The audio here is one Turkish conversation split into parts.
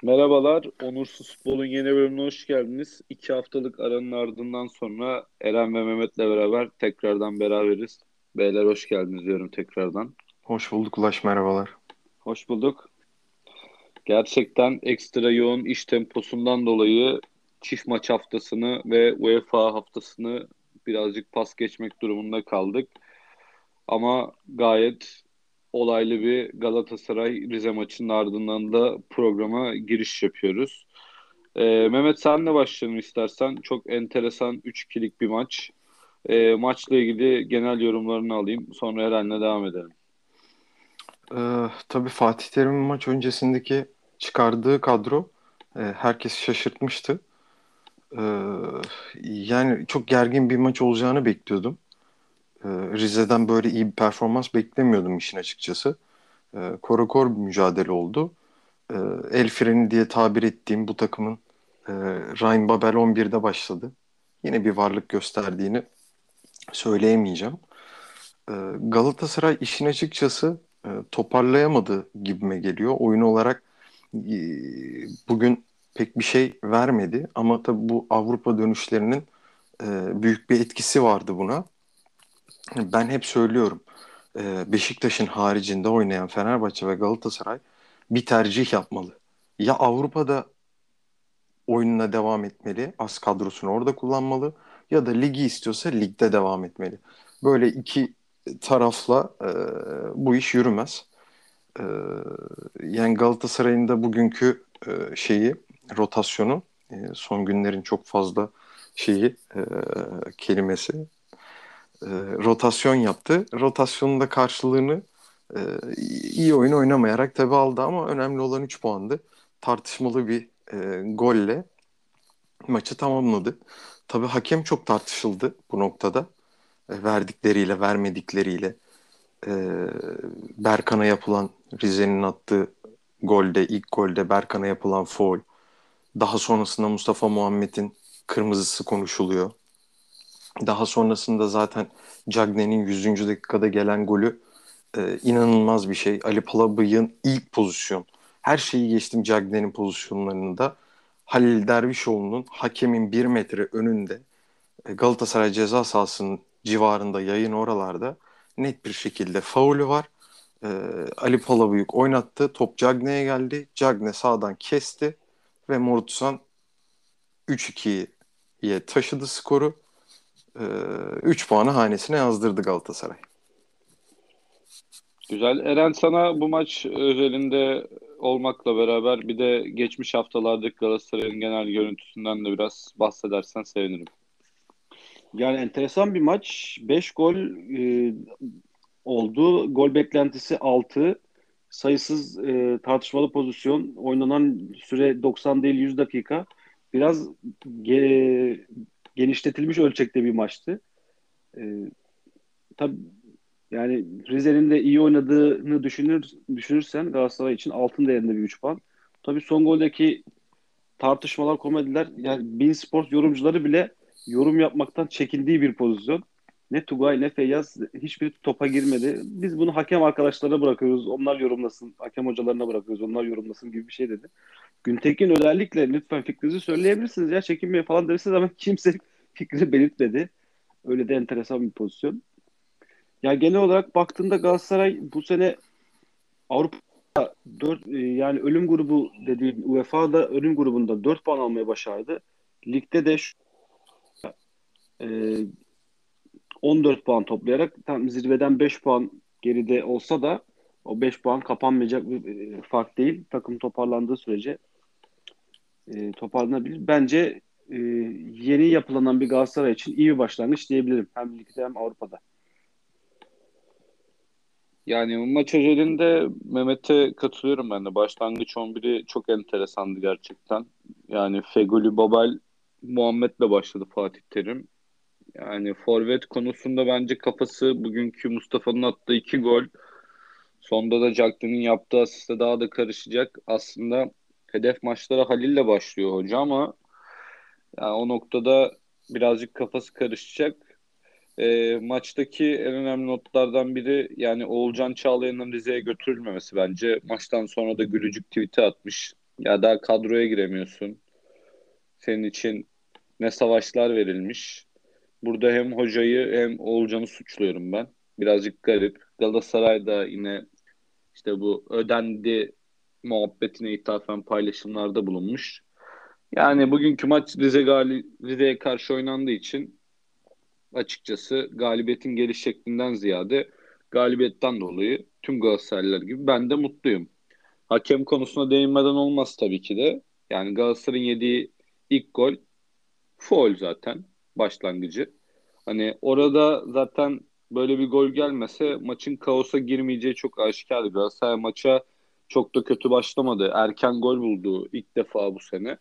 Merhabalar, Onursuz Futbol'un yeni bölümüne hoş geldiniz. 2 haftalık aranın ardından sonra Eren ve Mehmet'le beraber tekrardan beraberiz. Beyler hoş geldiniz diyorum tekrardan. Hoş bulduk Ulaş, merhabalar. Hoş bulduk. Gerçekten ekstra yoğun iş temposundan dolayı çift maç haftasını ve UEFA haftasını birazcık pas geçmek durumunda kaldık. Ama gayet olaylı bir Galatasaray-Rize maçının ardından da programa giriş yapıyoruz. Mehmet senle başlayalım istersen. Çok enteresan 3-2'lik bir maç. Maçla ilgili genel yorumlarını alayım. Sonra Eren'le devam edelim. Tabii Fatih Terim'in maç öncesindeki çıkardığı kadro herkesi şaşırtmıştı. Ee, Yani çok gergin bir maç olacağını bekliyordum. Rize'den böyle iyi bir performans beklemiyordum işin açıkçası. Korakor bir mücadele oldu. Ee, El freni diye tabir ettiğim bu takımın Ryan Babel 11'de başladı. Yine bir varlık gösterdiğini söyleyemeyeceğim. Galatasaray işin açıkçası toparlayamadı gibime geliyor. Oyun olarak e, bugün pek bir şey vermedi ama tabii bu Avrupa dönüşlerinin büyük bir etkisi vardı buna. Ben hep söylüyorum. Beşiktaş'ın haricinde oynayan Fenerbahçe ve Galatasaray bir tercih yapmalı. Ya Avrupa'da oyununa devam etmeli, az kadrosunu orada kullanmalı ya da ligi istiyorsa ligde devam etmeli. Böyle iki tarafla bu iş yürümez. E, Yani Galatasaray'ın da bugünkü rotasyonu son günlerin çok fazla kelimesi e, rotasyon yaptı. Rotasyonun da karşılığını e, iyi oyun oynamayarak tabii aldı ama önemli olan 3 puandı. Tartışmalı bir golle maçı tamamladı. Tabii hakem çok tartışıldı bu noktada. Verdikleriyle, vermedikleriyle. E, Berkan'a yapılan Rize'nin attığı ilk golde Berkan'a yapılan faul. Daha sonrasında Mustafa Muhammed'in kırmızısı konuşuluyor. Daha sonrasında zaten Cagney'in 100. dakikada gelen golü inanılmaz bir şey. Ali Palabıyık'ın ilk pozisyon. Her şeyi geçtim Cagney'in pozisyonlarında. Halil Dervişoğlu'nun hakemin 1 metre önünde Galatasaray ceza sahasının civarında yayın oralarda net bir şekilde faulü var. E, Ali Palabıyık oynattı. Top Cagney'e geldi. Cagney sağdan kesti ve Morutsan 3-2'ye taşıdı skoru. 3 puanı hanesine yazdırdı Galatasaray. Güzel. Eren sana bu maç özelinde olmakla beraber bir de geçmiş haftalardaki Galatasaray'ın genel görüntüsünden de biraz bahsedersen sevinirim. Yani enteresan bir maç. 5 gol e, oldu. Gol beklentisi 6. Sayısız tartışmalı pozisyon. Oynanan süre 90 değil 100 dakika. Biraz ge- genişletilmiş ölçekte bir maçtı. E, tabii yani Rize'nin de iyi oynadığını düşünürsen Galatasaray için altın değerinde bir 3 puan. Tabii son goldeki tartışmalar, komediler yani beIN Sport yorumcuları bile yorum yapmaktan çekindiği bir pozisyon. Ne Tugay ne Feyyaz hiçbir topa girmedi. Biz bunu hakem arkadaşlarına bırakıyoruz. Onlar yorumlasın. Hakem hocalarına bırakıyoruz. Onlar yorumlasın gibi bir şey dedi. Güntekin özellikle lütfen fikrinizi söyleyebilirsiniz ya çekinmeyin falan dersiniz ama kimse fikrini belirtmedi. Öyle de enteresan bir pozisyon. Ya genel olarak baktığında Galatasaray bu sene Avrupa 4 yani ölüm grubu dediğim UEFA'da ölüm grubunda 4 puan almayı başardı. Ligde de 14 puan toplayarak tam zirveden 5 puan geride olsa da o 5 puan kapanmayacak bir fark değil. Takım toparlandığı sürece toparlanabilir. Bence yeni yapılanan bir Galatasaray için iyi bir başlangıç diyebilirim. Hem ligde hem Avrupa'da. Yani bu maç özelinde Mehmet'e katılıyorum ben de. Başlangıç 11'i çok enteresandı gerçekten. Yani Feguli, Babel, Muhammed'le başladı Fatih Terim. Yani forvet konusunda bence kafası bugünkü Mustafa'nın attığı 2 gol. Sonda da Cagney'in yaptığı asiste daha da karışacak. Aslında hedef maçlara Halil'le başlıyor hoca ama yani o noktada birazcık kafası karışacak. Maçtaki en önemli notlardan biri yani Oğulcan Çağlayan'ın Rize'ye götürülmemesi bence. Maçtan sonra da gülücük tweet'i atmış. Ya daha kadroya giremiyorsun. Senin için ne savaşlar verilmiş. Burada hem hocayı hem Oğulcan'ı suçluyorum ben. Birazcık garip. Galatasaray'da yine işte bu ödendi muhabbetine ithafen paylaşımlarda bulunmuş. Yani bugünkü maç Rize'ye karşı oynandığı için açıkçası galibiyetin geliş şeklinden ziyade galibiyetten dolayı tüm Galatasaraylılar gibi ben de mutluyum. Hakem konusuna değinmeden olmaz tabii ki de. Yani Galatasaray'ın yediği ilk gol faul zaten başlangıcı. Hani orada zaten böyle bir gol gelmese maçın kaosa girmeyeceği çok aşikardı. Galatasaray maça çok da kötü başlamadı. Erken gol buldu ilk defa bu sene.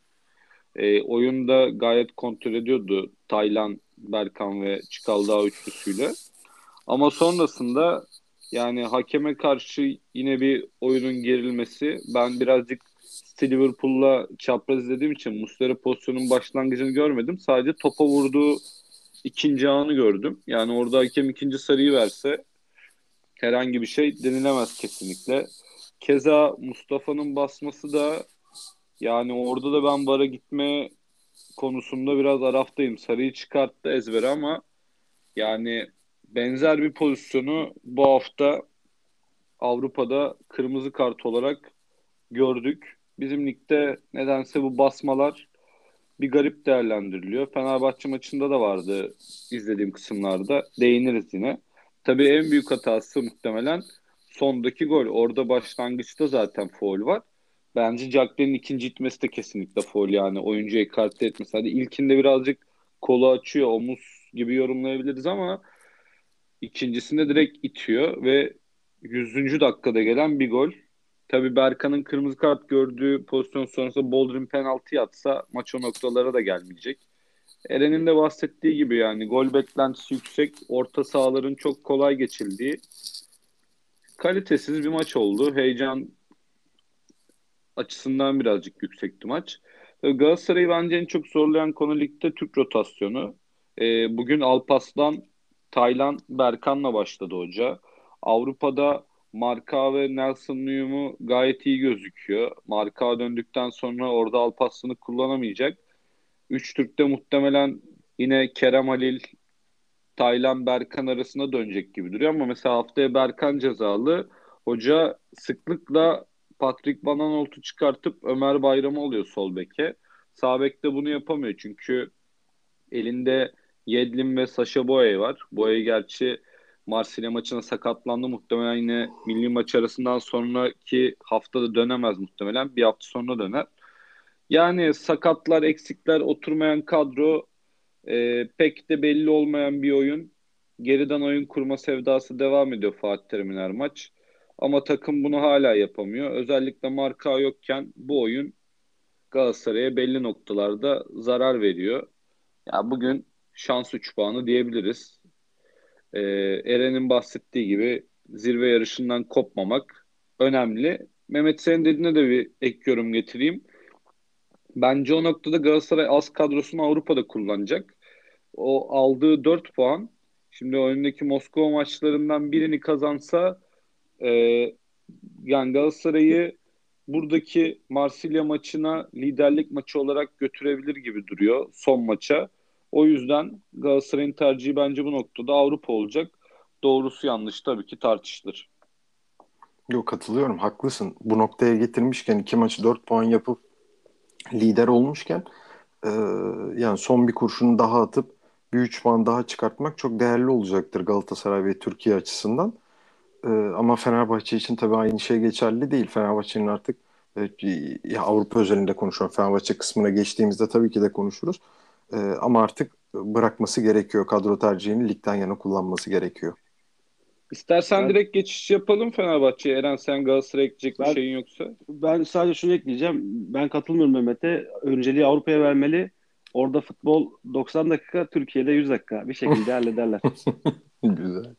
Oyunda gayet kontrol ediyordu Taylan, Berkan ve Çikaldağ üçlüsüyle. Ama sonrasında yani hakeme karşı yine bir oyunun gerilmesi. Ben birazcık Liverpool'la çapraz izlediğim için Muslera pozisyonun başlangıcını görmedim. Sadece topa vurduğu ikinci anı gördüm. Yani orada hakem ikinci sarıyı verse herhangi bir şey denilemez kesinlikle. Keza Mustafa'nın basması da yani orada da ben VAR'a gitme konusunda biraz araftayım. Sarıyı çıkarttı ezbere ama yani benzer bir pozisyonu bu hafta Avrupa'da kırmızı kart olarak gördük. Bizim ligde nedense bu basmalar bir garip değerlendiriliyor. Fenerbahçe maçında da vardı izlediğim kısımlarda. Değiniriz yine. Tabii en büyük hatası muhtemelen sondaki gol. Orada başlangıçta zaten faul var. Bence Cagney'in ikinci itmesi de kesinlikle faul yani. Oyuncuyu ekarte etmesi. Hadi ilkinde birazcık kolu açıyor, omuz gibi yorumlayabiliriz ama ikincisinde direkt itiyor ve 100. dakikada gelen bir gol. Tabii Berkan'ın kırmızı kart gördüğü pozisyon sonrası Boldrin penaltı atsa maç o noktalara da gelmeyecek. Eren'in de bahsettiği gibi yani gol beklentisi yüksek, orta sahaların çok kolay geçildiği kalitesiz bir maç oldu. Heyecan açısından birazcık yüksekti maç. Galatasaray'ı bence en çok zorlayan konu ligde Türk rotasyonu. Bugün Alpaslan, Taylan, Berkan'la başladı hoca. Avrupa'da Marka ve Nelson Nuyum'u gayet iyi gözüküyor. Marka döndükten sonra orada Alpaslan'ı kullanamayacak. Üç Türk'te muhtemelen yine Kerem Halil, Taylan, Berkan arasında dönecek gibi duruyor ama mesela haftaya Berkan cezalı. Hoca sıklıkla Patrick Van Aanholt'u çıkartıp Ömer Bayram'ı alıyor sol beke. Sağ bekte bunu yapamıyor çünkü elinde Yedlin ve Sacha Boey var. Boey gerçi Marsilya maçına sakatlandı. Muhtemelen yine milli maç arasından sonraki haftada dönemez muhtemelen. Bir hafta sonra döner. Yani sakatlar, eksikler, oturmayan kadro pek de belli olmayan bir oyun. Geriden oyun kurma sevdası devam ediyor Fatih Terim'in her maç. Ama takım bunu hala yapamıyor. Özellikle marka yokken bu oyun Galatasaray'a belli noktalarda zarar veriyor. Ya bugün şans 3 puanı diyebiliriz. Eren'in bahsettiği gibi zirve yarışından kopmamak önemli. Mehmet senin dediğine de bir ek yorum getireyim. Bence o noktada Galatasaray az kadrosunu Avrupa'da kullanacak. O aldığı 4 puan şimdi önündeki Moskova maçlarından birini kazansa e, yani Galatasaray'ı buradaki Marsilya maçına liderlik maçı olarak götürebilir gibi duruyor son maça. O yüzden Galatasaray'ın tercihi bence bu noktada Avrupa olacak. Doğrusu yanlış tabii ki tartışılır. Yok, katılıyorum, haklısın. Bu noktaya getirmişken, iki maçı 4 puan yapıp lider olmuşken e, yani son bir kurşunu daha atıp bir 3 puan daha çıkartmak çok değerli olacaktır Galatasaray ve Türkiye açısından. Ama Fenerbahçe için tabii aynı şey geçerli değil. Fenerbahçe'nin artık ya Avrupa özelinde konuşuyorum. Fenerbahçe kısmına geçtiğimizde tabii ki de konuşuruz. Ama artık bırakması gerekiyor. Kadro tercihini ligden yana kullanması gerekiyor. İstersen Ben direkt geçiş yapalım Fenerbahçe'ye. Eren sen Galatasaray'a ekleyecek bir ben şeyin yoksa. ben sadece şunu ekleyeceğim. Ben katılmıyorum Mehmet'e. Önceliği Avrupa'ya vermeli. Orada futbol 90 dakika, Türkiye'de 100 dakika. Bir şekilde hallederler. Güzel.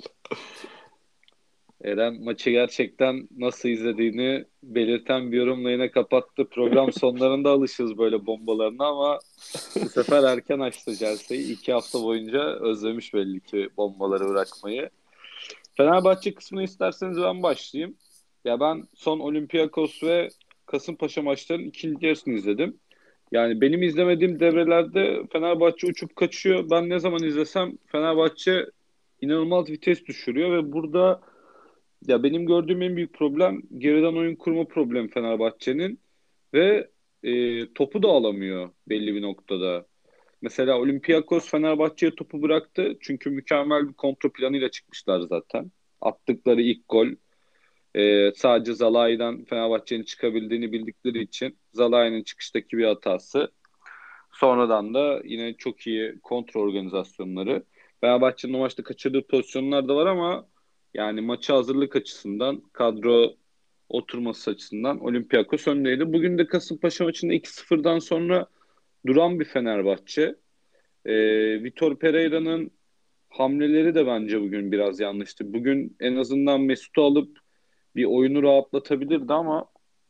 Eren maçı gerçekten nasıl izlediğini belirten bir yorumla yine kapattı. Program sonlarında alışırız böyle bombalarına ama bu sefer erken açtı Chelsea'yi. 2 hafta boyunca özlemiş belli ki bombaları bırakmayı. Fenerbahçe kısmını isterseniz ben başlayayım. Ya ben son Olympiakos ve Kasımpaşa maçlarının ikinci yarısını izledim. Yani benim izlemediğim devrelerde Fenerbahçe uçup kaçıyor. Ben ne zaman izlesem Fenerbahçe inanılmaz vites düşürüyor ve burada ya benim gördüğüm en büyük problem geriden oyun kurma problemi Fenerbahçe'nin ve topu da alamıyor belli bir noktada. Mesela Olympiakos Fenerbahçe'ye topu bıraktı çünkü mükemmel bir kontrol planıyla çıkmışlar zaten. Attıkları ilk gol sadece Zalai'den Fenerbahçe'nin çıkabildiğini bildikleri için Zalai'nin çıkıştaki bir hatası. Sonradan da yine çok iyi kontrol organizasyonları. Fenerbahçe'nin o maçta kaçırdığı pozisyonlar da var ama yani maça hazırlık açısından, kadro oturması açısından Olympiakos öndeydi. Bugün de Kasımpaşa maçında 2-0'dan sonra duran bir Fenerbahçe. Vitor Pereira'nın hamleleri de bence bugün biraz yanlıştı. Bugün en azından Mesut'u alıp bir oyunu rahatlatabilirdi ama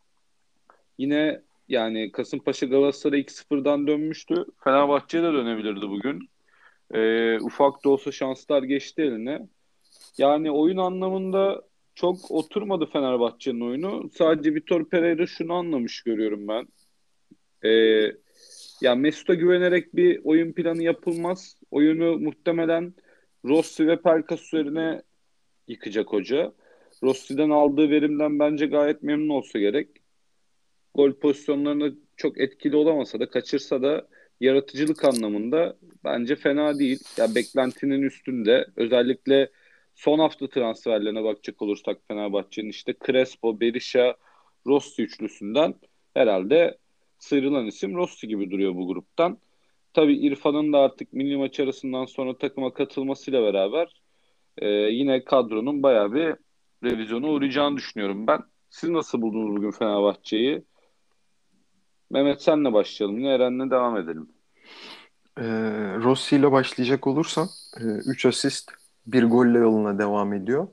yine yani Kasımpaşa Galatasaray 2-0'dan dönmüştü. Fenerbahçe'ye de dönebilirdi bugün. Ufak da olsa şanslar geçti eline. Yani oyun anlamında çok oturmadı Fenerbahçe'nin oyunu. Sadece Vitor Pereira şunu anlamış görüyorum ben. Ee, Ya Mesut'a güvenerek bir oyun planı yapılmaz. Oyunu muhtemelen Rossi ve Pelkas üzerine yıkacak hoca. Rossi'den aldığı verimden bence gayet memnun olsa gerek. Gol pozisyonlarında çok etkili olamasa da kaçırsa da yaratıcılık anlamında bence fena değil. Ya beklentinin üstünde. Özellikle son hafta transferlerine bakacak olursak Fenerbahçe'nin işte Crespo, Berisha, Rossi üçlüsünden herhalde sıyrılan isim Rossi gibi duruyor bu gruptan. Tabii İrfan'ın da artık milli maç arasından sonra takıma katılmasıyla beraber yine kadronun bayağı bir revizyona uğrayacağını düşünüyorum ben. Siz nasıl buldunuz bugün Fenerbahçe'yi? Mehmet senle başlayalım. Yine Eren'le devam edelim. Ee, Rossi ile başlayacak olursam 3 asist, bir golle yoluna devam ediyor.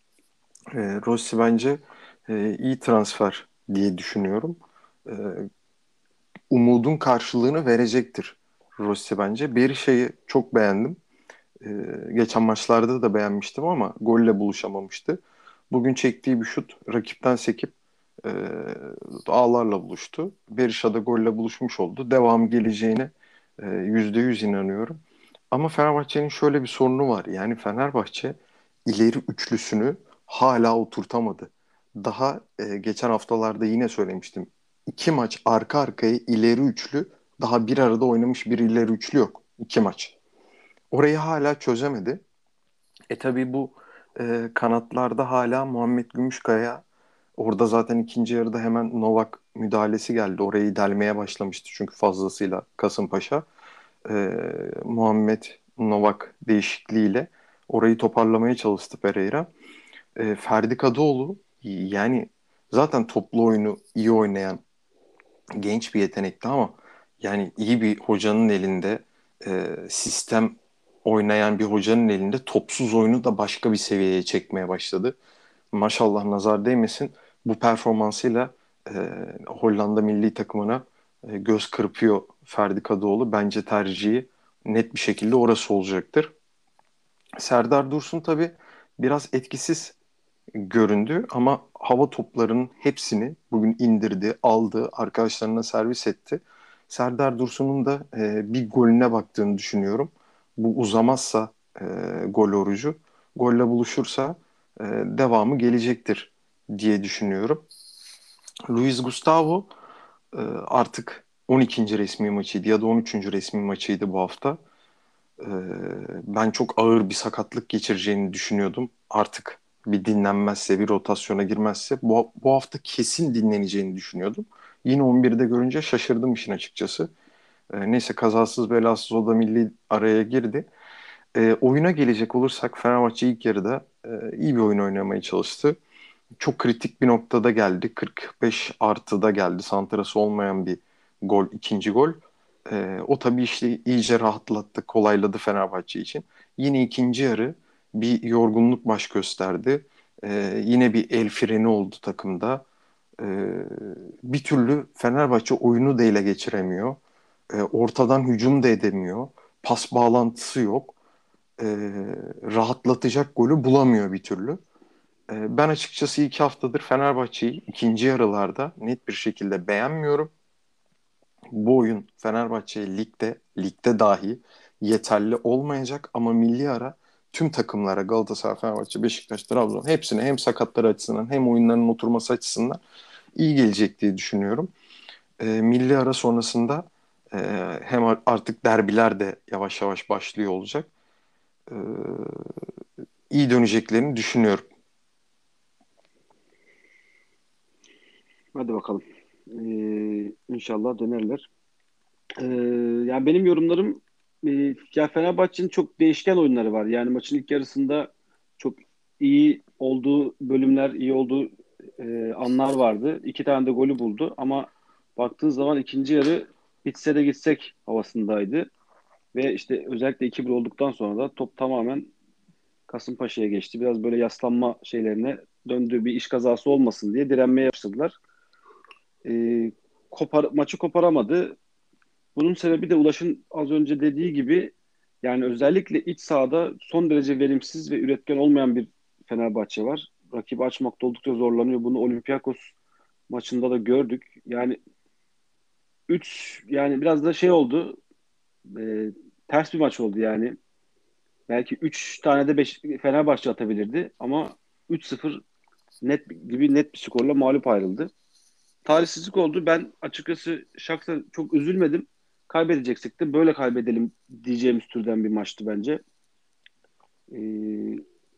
Rossi bence iyi transfer diye düşünüyorum. Ee, Umudun karşılığını verecektir Rossi bence. Berisha'yı çok beğendim. Geçen maçlarda da beğenmiştim ama golle buluşamamıştı. Bugün çektiği bir şut rakipten sekip e, ağlarla buluştu. Berisha da golle buluşmuş oldu. Devam geleceğine %100 inanıyorum. Ama Fenerbahçe'nin şöyle bir sorunu var. Yani Fenerbahçe ileri üçlüsünü hala oturtamadı. Daha geçen haftalarda yine söylemiştim. 2 maç arka arkaya ileri üçlü, daha bir arada oynamış bir ileri üçlü yok. 2 maç. Orayı hala çözemedi. Tabii bu kanatlarda hala Muhammed Gümüşkaya, orada zaten ikinci yarıda hemen Novak müdahalesi geldi. Orayı delmeye başlamıştı çünkü fazlasıyla Kasımpaşa. E, Muhammed Novak değişikliğiyle orayı toparlamaya çalıştı Pereira. Ferdi Kadıoğlu, yani zaten toplu oyunu iyi oynayan genç bir yetenekti ama yani iyi bir hocanın elinde, sistem oynayan bir hocanın elinde topsuz oyunu da başka bir seviyeye çekmeye başladı. Maşallah, nazar değmesin, bu performansıyla e, Hollanda milli takımına göz kırpıyor Ferdi Kadıoğlu. Bence tercihi net bir şekilde orası olacaktır. Serdar Dursun tabii biraz etkisiz göründü ama hava toplarının hepsini bugün indirdi, aldı, arkadaşlarına servis etti. Serdar Dursun'un da bir golüne baktığını düşünüyorum. Bu uzamazsa e, gol orucu, golle buluşursa devamı gelecektir diye düşünüyorum. Luis Gustavo artık 12. resmi maçıydı ya da 13. resmi maçıydı bu hafta. Ee, Ben çok ağır bir sakatlık geçireceğini düşünüyordum. Artık bir dinlenmezse, bir rotasyona girmezse bu hafta kesin dinleneceğini düşünüyordum. Yine 11'de görünce şaşırdım işin açıkçası. Neyse, kazasız belasız o da milli araya girdi. Oyuna gelecek olursak Fenerbahçe ilk yarıda iyi bir oyun oynamaya çalıştı. Çok kritik bir noktada geldi. 45 artıda geldi. Santrası olmayan bir gol, ikinci gol. O tabii işte iyice rahatlattı, kolayladı Fenerbahçe için. Yine ikinci yarı bir yorgunluk baş gösterdi. Yine bir el freni oldu takımda. Bir türlü Fenerbahçe oyunu da ele geçiremiyor. Ortadan hücum da edemiyor. Pas bağlantısı yok. Rahatlatacak golü bulamıyor bir türlü. Ben açıkçası 2 haftadır Fenerbahçe'yi ikinci yarılarda net bir şekilde beğenmiyorum. Bu oyun Fenerbahçe ligde dahi yeterli olmayacak ama milli ara tüm takımlara Galatasaray, Fenerbahçe, Beşiktaş, Trabzon hepsine hem sakatları açısından hem oyunların oturması açısından iyi gelecek diye düşünüyorum. Milli ara sonrasında e, hem artık derbiler de yavaş yavaş başlıyor olacak. E, iyi döneceklerini düşünüyorum. Hadi bakalım. İnşallah dönerler. Ee, Yani benim yorumlarım, ya Fenerbahçe'nin çok değişken oyunları var. Yani maçın ilk yarısında çok iyi olduğu bölümler, iyi olduğu anlar vardı. İki tane de golü buldu ama baktığın zaman ikinci yarı bitse de gitsek havasındaydı. Ve işte özellikle 2-1 olduktan sonra da top tamamen Kasımpaşa'ya geçti. Biraz böyle yaslanma şeylerine döndü, bir iş kazası olmasın diye direnmeye başladılar. Maçı koparamadı. Bunun sebebi de Ulaş'ın az önce dediği gibi, yani özellikle iç sahada son derece verimsiz ve üretken olmayan bir Fenerbahçe var. Rakibi açmakta oldukça zorlanıyor. Bunu Olympiakos maçında da gördük. Yani yani biraz da şey oldu. e, Ters bir maç oldu yani. Belki 3 tane de Fenerbahçe atabilirdi ama 3-0 net bir skorla mağlup ayrıldı. Talihsizlik oldu. Ben açıkçası şahsen çok üzülmedim. Kaybedeceksek de böyle kaybedelim diyeceğimiz türden bir maçtı bence. Ee,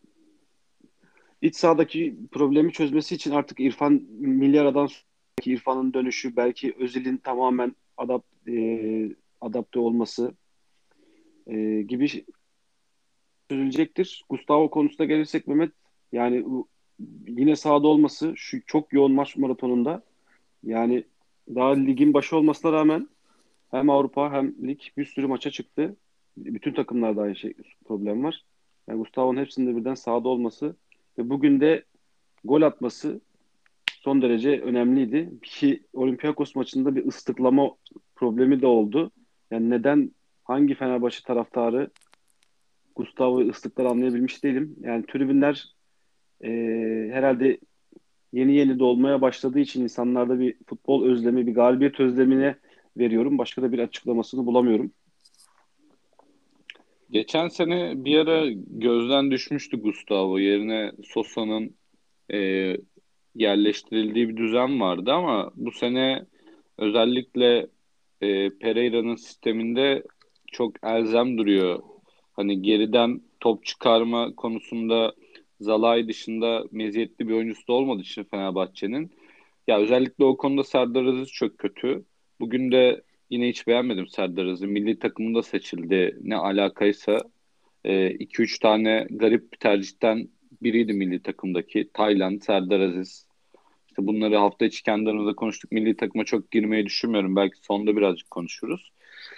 iç sahadaki problemi çözmesi için artık milli aradan sonraki İrfan'ın dönüşü, belki Özil'in tamamen adapte olması gibi çözülecektir. Gustavo konusuna gelirsek Mehmet, yani yine sahada olması şu çok yoğun maç maratonunda, yani daha ligin başı olmasına rağmen hem Avrupa hem lig bir sürü maça çıktı. Bütün takımlarda aynı şey problem var. Yani Gustavo'nun hepsinde birden sahada olması ve bugün de gol atması son derece önemliydi. Ki Olympiakos maçında bir ıslıklama problemi de oldu. Yani hangi Fenerbahçe taraftarı Gustavo'yu ıslıklar anlayabilmiş değilim. Yani tribünler e, herhalde yeni yeni dolmaya başladığı için insanlarda bir futbol özlemi, bir galibiyet özlemine veriyorum. Başka da bir açıklamasını bulamıyorum. Geçen sene bir ara gözden düşmüştü Gustavo. Yerine Sosa'nın e, yerleştirildiği bir düzen vardı ama bu sene özellikle Pereira'nın sisteminde çok elzem duruyor. Hani geriden top çıkarma konusunda Zalai dışında meziyetli bir oyuncusu da olmadığı için Fenerbahçe'nin. Ya özellikle o konuda Serdar Aziz çok kötü. Bugün de yine hiç beğenmedim Serdar Aziz'i. Milli takımında seçildi. Ne alakaysa 2-3 tane garip bir tercihten biriydi milli takımdaki. Tayland, Serdar Aziz. İşte bunları hafta içi kendi aramızda konuştuk. Milli takıma çok girmeyi düşünmüyorum. Belki sonda birazcık konuşuruz.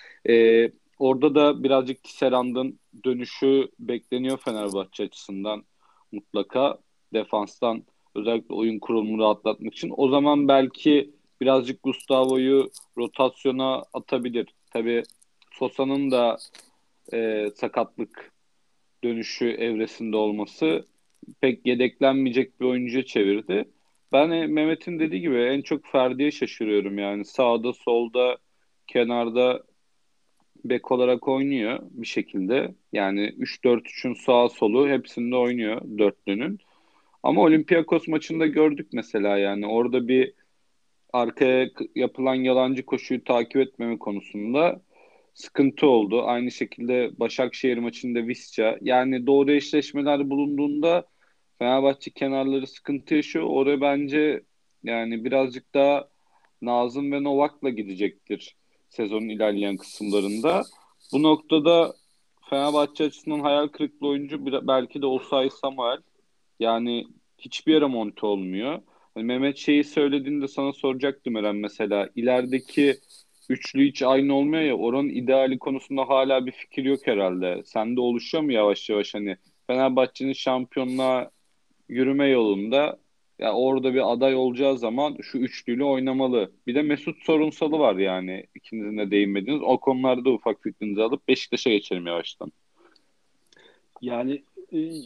Orada da birazcık Tisserand'ın dönüşü bekleniyor Fenerbahçe açısından mutlaka. Defanstan özellikle oyun kurulumunu rahatlatmak için. O zaman belki birazcık Gustavo'yu rotasyona atabilir. Tabii Sosa'nın da sakatlık dönüşü evresinde olması pek yedeklenmeyecek bir oyuncuya çevirdi. Ben Mehmet'in dediği gibi en çok Ferdi'ye şaşırıyorum yani. Sağda, solda, kenarda bek olarak oynuyor bir şekilde. Yani 3-4-3'ün sağ solu hepsinde oynuyor dörtlünün. Ama Olympiakos maçında gördük mesela yani orada bir arkaya yapılan yalancı koşuyu takip etmeme konusunda sıkıntı oldu. Aynı şekilde Başakşehir maçında Visca. Yani doğru eşleşmeler bulunduğunda Fenerbahçe kenarları sıkıntı yaşıyor. Oraya bence yani birazcık daha Nazım ve Novak'la gidecektir sezonun ilerleyen kısımlarında. Bu noktada Fenerbahçe açısından hayal kırıklığı oyuncu belki de Osayi Samuel. Yani hiçbir yere monte olmuyor. Hani Mehmet şeyi söylediğinde sana soracaktım Eren mesela. İlerideki üçlü hiç aynı olmuyor ya. Oranın ideali konusunda hala bir fikir yok herhalde. Sende oluşuyor mu yavaş yavaş hani Fenerbahçe'nin şampiyonluğa yürüme yolunda ya orada bir aday olacağı zaman şu üçlüyle oynamalı. Bir de Mesut sorunsalı var yani ikinizin de değinmediğiniz. O konularda ufak fikrinizi alıp Beşiktaş'a geçelim yavaştan. Yani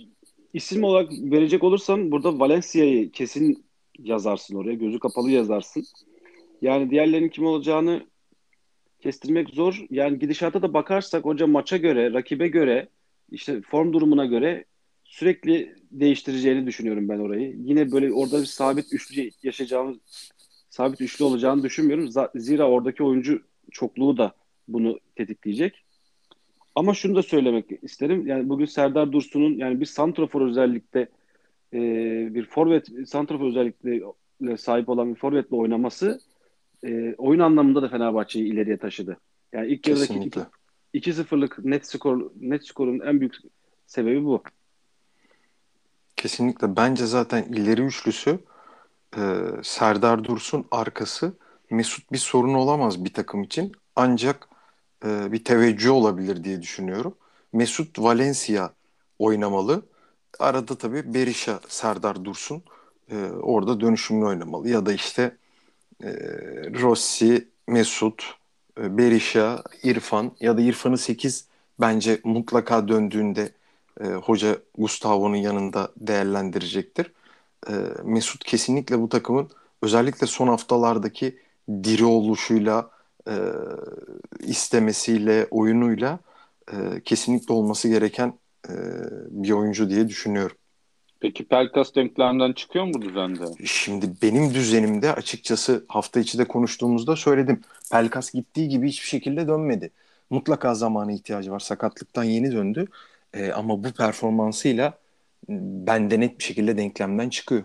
İsim olarak verecek olursam burada Valencia'yı kesin yazarsın oraya. Gözü kapalı yazarsın. Yani diğerlerinin kim olacağını kestirmek zor. Yani gidişata da bakarsak hoca maça göre, rakibe göre, işte form durumuna göre sürekli değiştireceğini düşünüyorum ben orayı. Yine böyle orada bir sabit üçlü yaşayacağımız, sabit üçlü olacağını düşünmüyorum. Zira oradaki oyuncu çokluğu da bunu tetikleyecek. Ama şunu da söylemek isterim. Yani bugün Serdar Dursun'un yani bir santrafor özellikle bir forvet santrafor özellikle sahip olan bir forvetle oynaması oyun anlamında da Fenerbahçe'yi ileriye taşıdı. Yani ilk yarıdaki Kesinlikle. 2-0'lık net skorun en büyük sebebi bu. Kesinlikle. Bence zaten ileri üçlüsü Serdar Dursun arkası Mesut bir sorun olamaz bir takım için. Ancak bir teveccüh olabilir diye düşünüyorum. Mesut Valencia oynamalı. Arada tabii Berisha, Serdar Dursun orada dönüşümlü oynamalı. Ya da işte e, Rossi, Mesut, Berisha, İrfan ya da İrfan'ı 8 bence mutlaka döndüğünde hoca Gustavo'nun yanında değerlendirecektir. E, Mesut kesinlikle bu takımın özellikle son haftalardaki diri oluşuyla, e, istemesiyle, oyunuyla kesinlikle olması gereken e, bir oyuncu diye düşünüyorum. Peki Pelkas denklemden çıkıyor mu bu düzende? Şimdi benim düzenimde açıkçası hafta içi de konuştuğumuzda söyledim. Pelkas gittiği gibi hiçbir şekilde dönmedi. Mutlaka zamana ihtiyacı var. Sakatlıktan yeni döndü. Ama bu performansıyla bende net bir şekilde denklemden çıkıyor.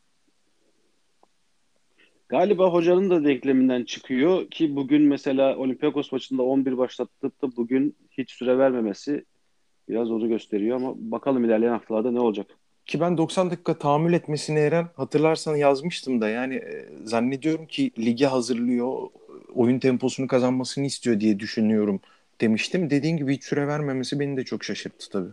Galiba hocanın da denkleminden çıkıyor ki bugün mesela Olympiakos maçında 11 başlattıp da bugün hiç süre vermemesi biraz onu gösteriyor ama bakalım ilerleyen haftalarda ne olacak. Ki ben 90 dakika tahammül etmesini Eren hatırlarsan yazmıştım da yani zannediyorum ki lige hazırlıyor, oyun temposunu kazanmasını istiyor diye düşünüyorum demiştim. Dediğin gibi hiç süre vermemesi beni de çok şaşırttı tabii.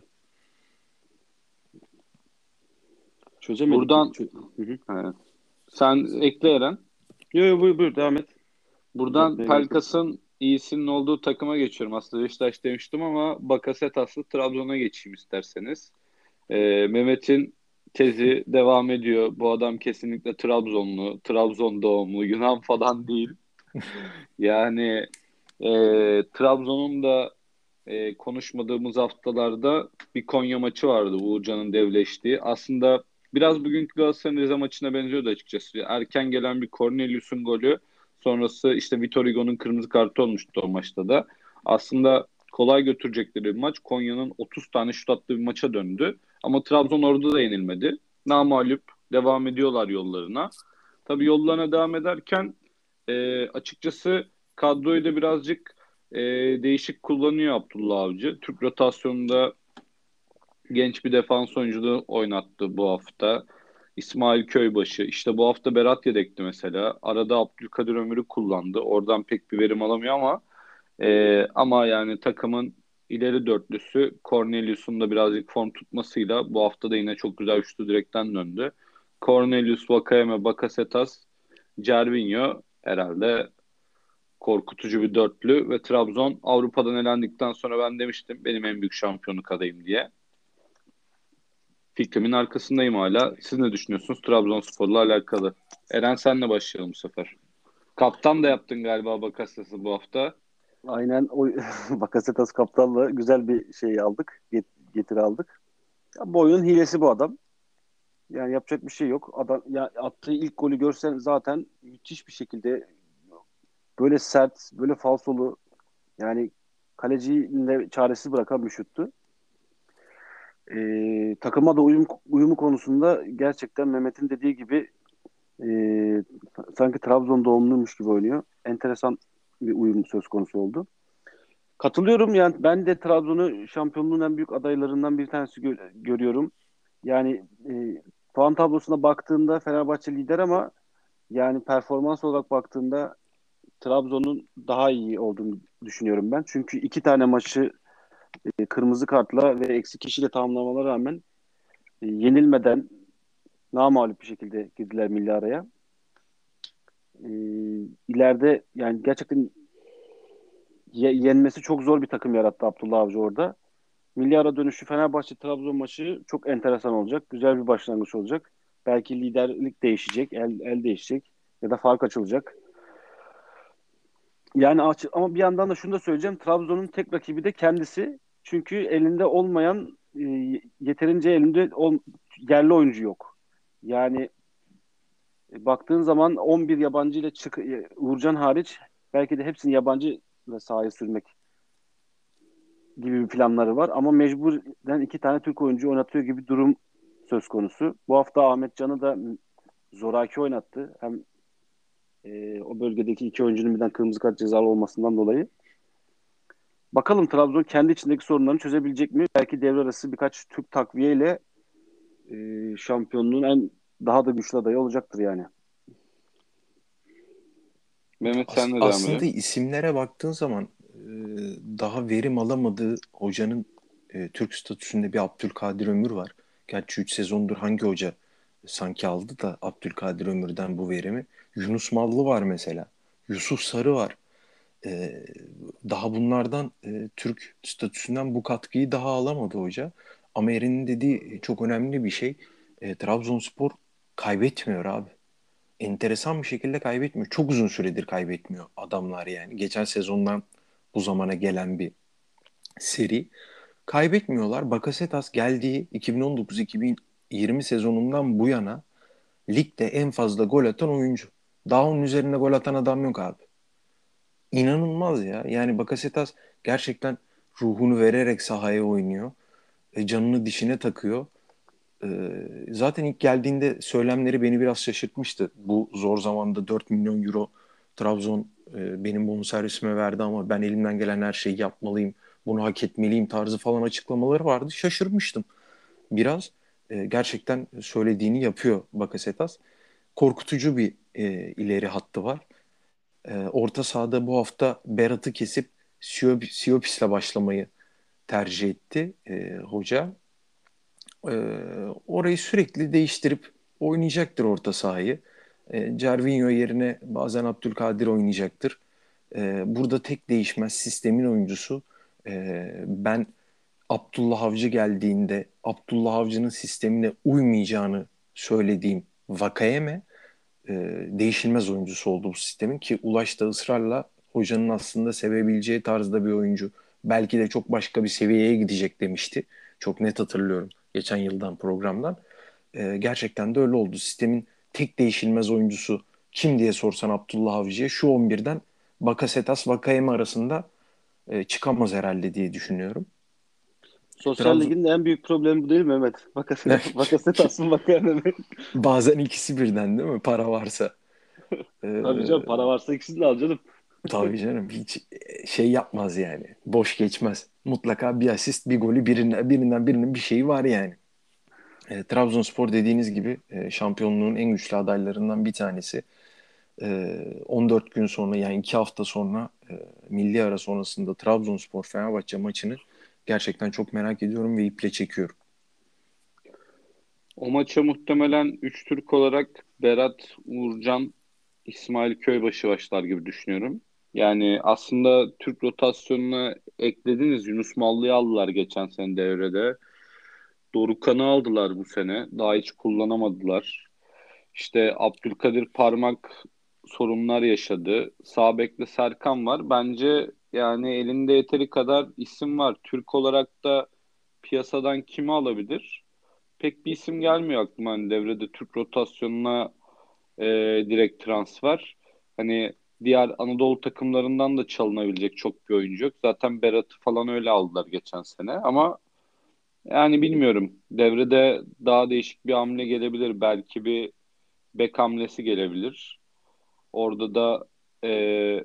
Çözemedik gibi. Buradan Hı hı. he, sen ekle Eren. Yo, yo, buyur, buyur devam et. Buradan Uzatmaya gerek yok. Pelkas'ın iyisinin olduğu takıma geçiyorum. Aslında Beşiktaş demiştim ama Bakasetas'lı Trabzon'a geçeyim isterseniz. Mehmet'in tezi devam ediyor. Bu adam kesinlikle Trabzonlu, Trabzon doğumlu, Yunan falan değil. Yani Trabzon'un da konuşmadığımız haftalarda bir Konya maçı vardı Uğurcan'ın devleştiği. Aslında biraz bugünkü Galatasaray Rize maçına benziyordu açıkçası. Erken gelen bir Cornelius'un golü sonrası işte Vitor Hugo'nun kırmızı kartı olmuştu o maçta da. Aslında kolay götürecekleri bir maç. Konya'nın 30 tane şut attığı bir maça döndü. Ama Trabzon orada da yenilmedi. Namağlup devam ediyorlar yollarına. Tabii yollarına devam ederken açıkçası kadroyu da birazcık e, değişik kullanıyor Abdullah Avcı. Türk rotasyonunda genç bir defans oyunculuğu oynattı bu hafta. İsmail Köybaşı. İşte bu hafta Berat yedekti mesela. Arada Abdülkadir Ömür'ü kullandı. Oradan pek bir verim alamıyor ama yani takımın ileri dörtlüsü Cornelius'un da birazcık form tutmasıyla bu hafta da yine çok güzel üçlü direkten döndü. Cornelius, Vakayeme, Bakasetas, Cervinho herhalde korkutucu bir dörtlü ve Trabzon Avrupa'dan elendikten sonra ben demiştim benim en büyük şampiyonluk adayım diye. Fikrimin arkasındayım hala. Siz ne düşünüyorsunuz Trabzonspor'la alakalı? Eren senle başlayalım bu sefer. Kaptan da yaptın galiba Bakasetas'ı bu hafta. Aynen o Bakasetas kaptanla güzel bir şey aldık. Getiri aldık. Ya, bu oyunun hilesi bu adam. Yani yapacak bir şey yok. Adam ya attığı ilk golü görsen zaten müthiş bir şekilde böyle sert, böyle falsolu yani kaleciyi de çaresiz bırakan bir şuttu. Takıma da uyumu konusunda gerçekten Mehmet'in dediği gibi e, sanki Trabzon doğumluymuş gibi oynuyor. Enteresan bir uyum söz konusu oldu. Katılıyorum yani ben de Trabzon'u şampiyonluğun en büyük adaylarından bir tanesi görüyorum. Yani puan tablosuna baktığında Fenerbahçe lider ama yani performans olarak baktığında Trabzon'un daha iyi olduğunu düşünüyorum ben. Çünkü iki tane maçı kırmızı kartla ve eksik kişiyle tamamlamalarına rağmen yenilmeden namağlup bir şekilde girdiler milli araya. E, ileride yani gerçekten yenmesi çok zor bir takım yarattı Abdullah Avcı orada. milli ara dönüşü Fenerbahçe-Trabzon maçı çok enteresan olacak. Güzel bir başlangıç olacak. Belki liderlik değişecek, el değişecek ya da fark açılacak. Yani ama bir yandan da şunu da söyleyeceğim. Trabzon'un tek rakibi de kendisi. Çünkü elinde olmayan yeterince yerli oyuncu yok. Yani baktığın zaman 11 yabancı ile Uğurcan hariç belki de hepsini yabancı ile sahaya sürmek gibi bir planları var. Ama mecburen iki tane Türk oyuncu oynatıyor gibi durum söz konusu. Bu hafta Ahmet Can'ı da zoraki oynattı. Hem o bölgedeki iki oyuncunun birden kırmızı kart cezalı olmasından dolayı. Bakalım Trabzon kendi içindeki sorunlarını çözebilecek mi? Belki devre arası birkaç Türk takviyeyle şampiyonluğun daha da güçlü adayı olacaktır yani. Mehmet sen de devam Aslında edelim. isimlere baktığın zaman daha verim alamadığı hocanın Türk statüsünde bir Abdülkadir Ömür var. Gerçi 3 sezondur hangi hoca sanki aldı da Abdülkadir Ömür'den bu verimi. Yunus Mallı var mesela. Yusuf Sarı var. E, Daha bunlardan Türk statüsünden bu katkıyı daha alamadı hoca. Ama Eren'in dediği çok önemli bir şey. Trabzonspor kaybetmiyor abi. Enteresan bir şekilde kaybetmiyor. Çok uzun süredir kaybetmiyor adamlar yani. Geçen sezondan bu zamana gelen bir seri. Kaybetmiyorlar. Bakasetas geldiği 2019-2020 sezonundan bu yana ligde en fazla gol atan oyuncu. Daha onun üzerinde gol atan adam yok abi. İnanılmaz ya. Yani Bakasetas gerçekten ruhunu vererek sahaya oynuyor. Canını dişine takıyor. Zaten ilk geldiğinde söylemleri beni biraz şaşırtmıştı. Bu zor zamanda 4 milyon euro Trabzon benim bonservisime verdi ama ben elimden gelen her şeyi yapmalıyım. Bunu hak etmeliyim tarzı falan açıklamaları vardı. Şaşırmıştım biraz. Gerçekten söylediğini yapıyor Bakasetas. Korkutucu bir ileri hattı var. Orta sahada bu hafta Berat'ı kesip Siopis'le başlamayı tercih etti hoca. Orayı sürekli değiştirip oynayacaktır orta sahayı. Cervinho yerine bazen Abdülkadir oynayacaktır. Burada tek değişmez sistemin oyuncusu. Ben Abdullah Avcı geldiğinde Abdullah Avcı'nın sistemine uymayacağını söylediğim Vakayeme değişilmez oyuncusu oldu bu sistemin ki Ulaş da ısrarla hocanın aslında sevebileceği tarzda bir oyuncu. Belki de çok başka bir seviyeye gidecek demişti. Çok net hatırlıyorum geçen yıldan programdan. Gerçekten de öyle oldu. Sistemin tek değişilmez oyuncusu kim diye sorsan Abdullah Avcı'ya şu 11'den Bakasetas Vakayeme arasında çıkamaz herhalde diye düşünüyorum. Sosyal Trabzon ligin en büyük problemi bu değil mi Mehmet? Bakasetas mı Vakayeme mi? bazen ikisi birden değil mi? Para varsa. Ee, Tabii canım, para varsa ikisini de al canım. Tabii canım hiç şey yapmaz yani. Boş geçmez. Mutlaka bir asist, bir golü birinden birinin bir şeyi var yani. Trabzonspor dediğiniz gibi şampiyonluğun en güçlü adaylarından bir tanesi. 14 gün sonra yani 2 hafta sonra milli ara sonrasında Trabzonspor Fenerbahçe maçını gerçekten çok merak ediyorum ve iple çekiyorum. O maça muhtemelen 3 Türk olarak Berat, Uğurcan, İsmail Köybaşı başlar gibi düşünüyorum. Yani aslında Türk rotasyonuna eklediniz. Yunus Mallı'yı aldılar geçen sene devrede. Dorukhan'ı aldılar bu sene. Daha hiç kullanamadılar. İşte Abdülkadir Parmak sorunlar yaşadı. Sağ bekte Serkan var. Bence yani elinde yeteri kadar isim var. Türk olarak da piyasadan kimi alabilir? Pek bir isim gelmiyor aklıma. Hani devrede Türk rotasyonuna e, direkt transfer. Hani diğer Anadolu takımlarından da çalınabilecek çok bir oyuncu yok. Zaten Berat'ı falan öyle aldılar geçen sene. Ama yani bilmiyorum. Devrede daha değişik bir hamle gelebilir. Belki bir bek hamlesi gelebilir. Orada da e,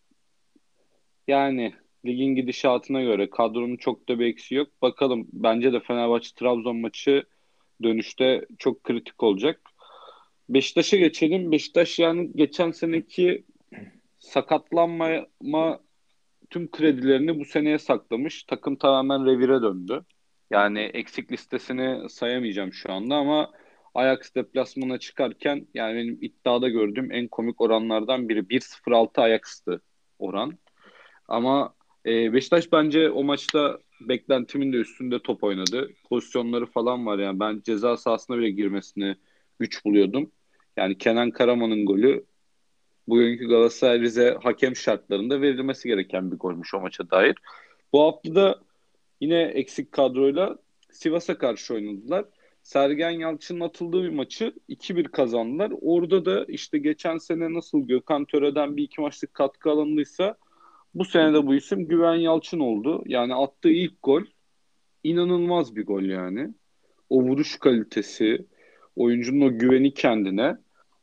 yani ligin gidişatına göre kadronun çok da bir eksiği yok. Bakalım. Bence de Fenerbahçe-Trabzon maçı dönüşte çok kritik olacak. Beşiktaş'a geçelim. Beşiktaş yani geçen seneki sakatlanma tüm kredilerini bu seneye saklamış. Takım tamamen revire döndü. Yani eksik listesini sayamayacağım şu anda ama Ajax deplasmana çıkarken yani benim iddiada gördüğüm en komik oranlardan biri 1,06 Ajax'tı oran. Ama Beşiktaş bence o maçta beklentimin de üstünde top oynadı. Pozisyonları falan var yani. Ben ceza sahasına bile girmesini güç buluyordum. Yani Kenan Karaman'ın golü bugünkü Galatasaray Rize hakem şartlarında verilmesi gereken bir golmüş o maça dair. Bu hafta da yine eksik kadroyla Sivas'a karşı oynadılar. Sergen Yalçın'ın atıldığı bir maçı 2-1 kazandılar. Orada da işte geçen sene nasıl Gökhan Töre'den bir iki maçlık katkı alındıysa bu sene de bu isim Güven Yalçın oldu. Yani attığı ilk gol inanılmaz bir gol yani. O vuruş kalitesi, oyuncunun o güveni kendine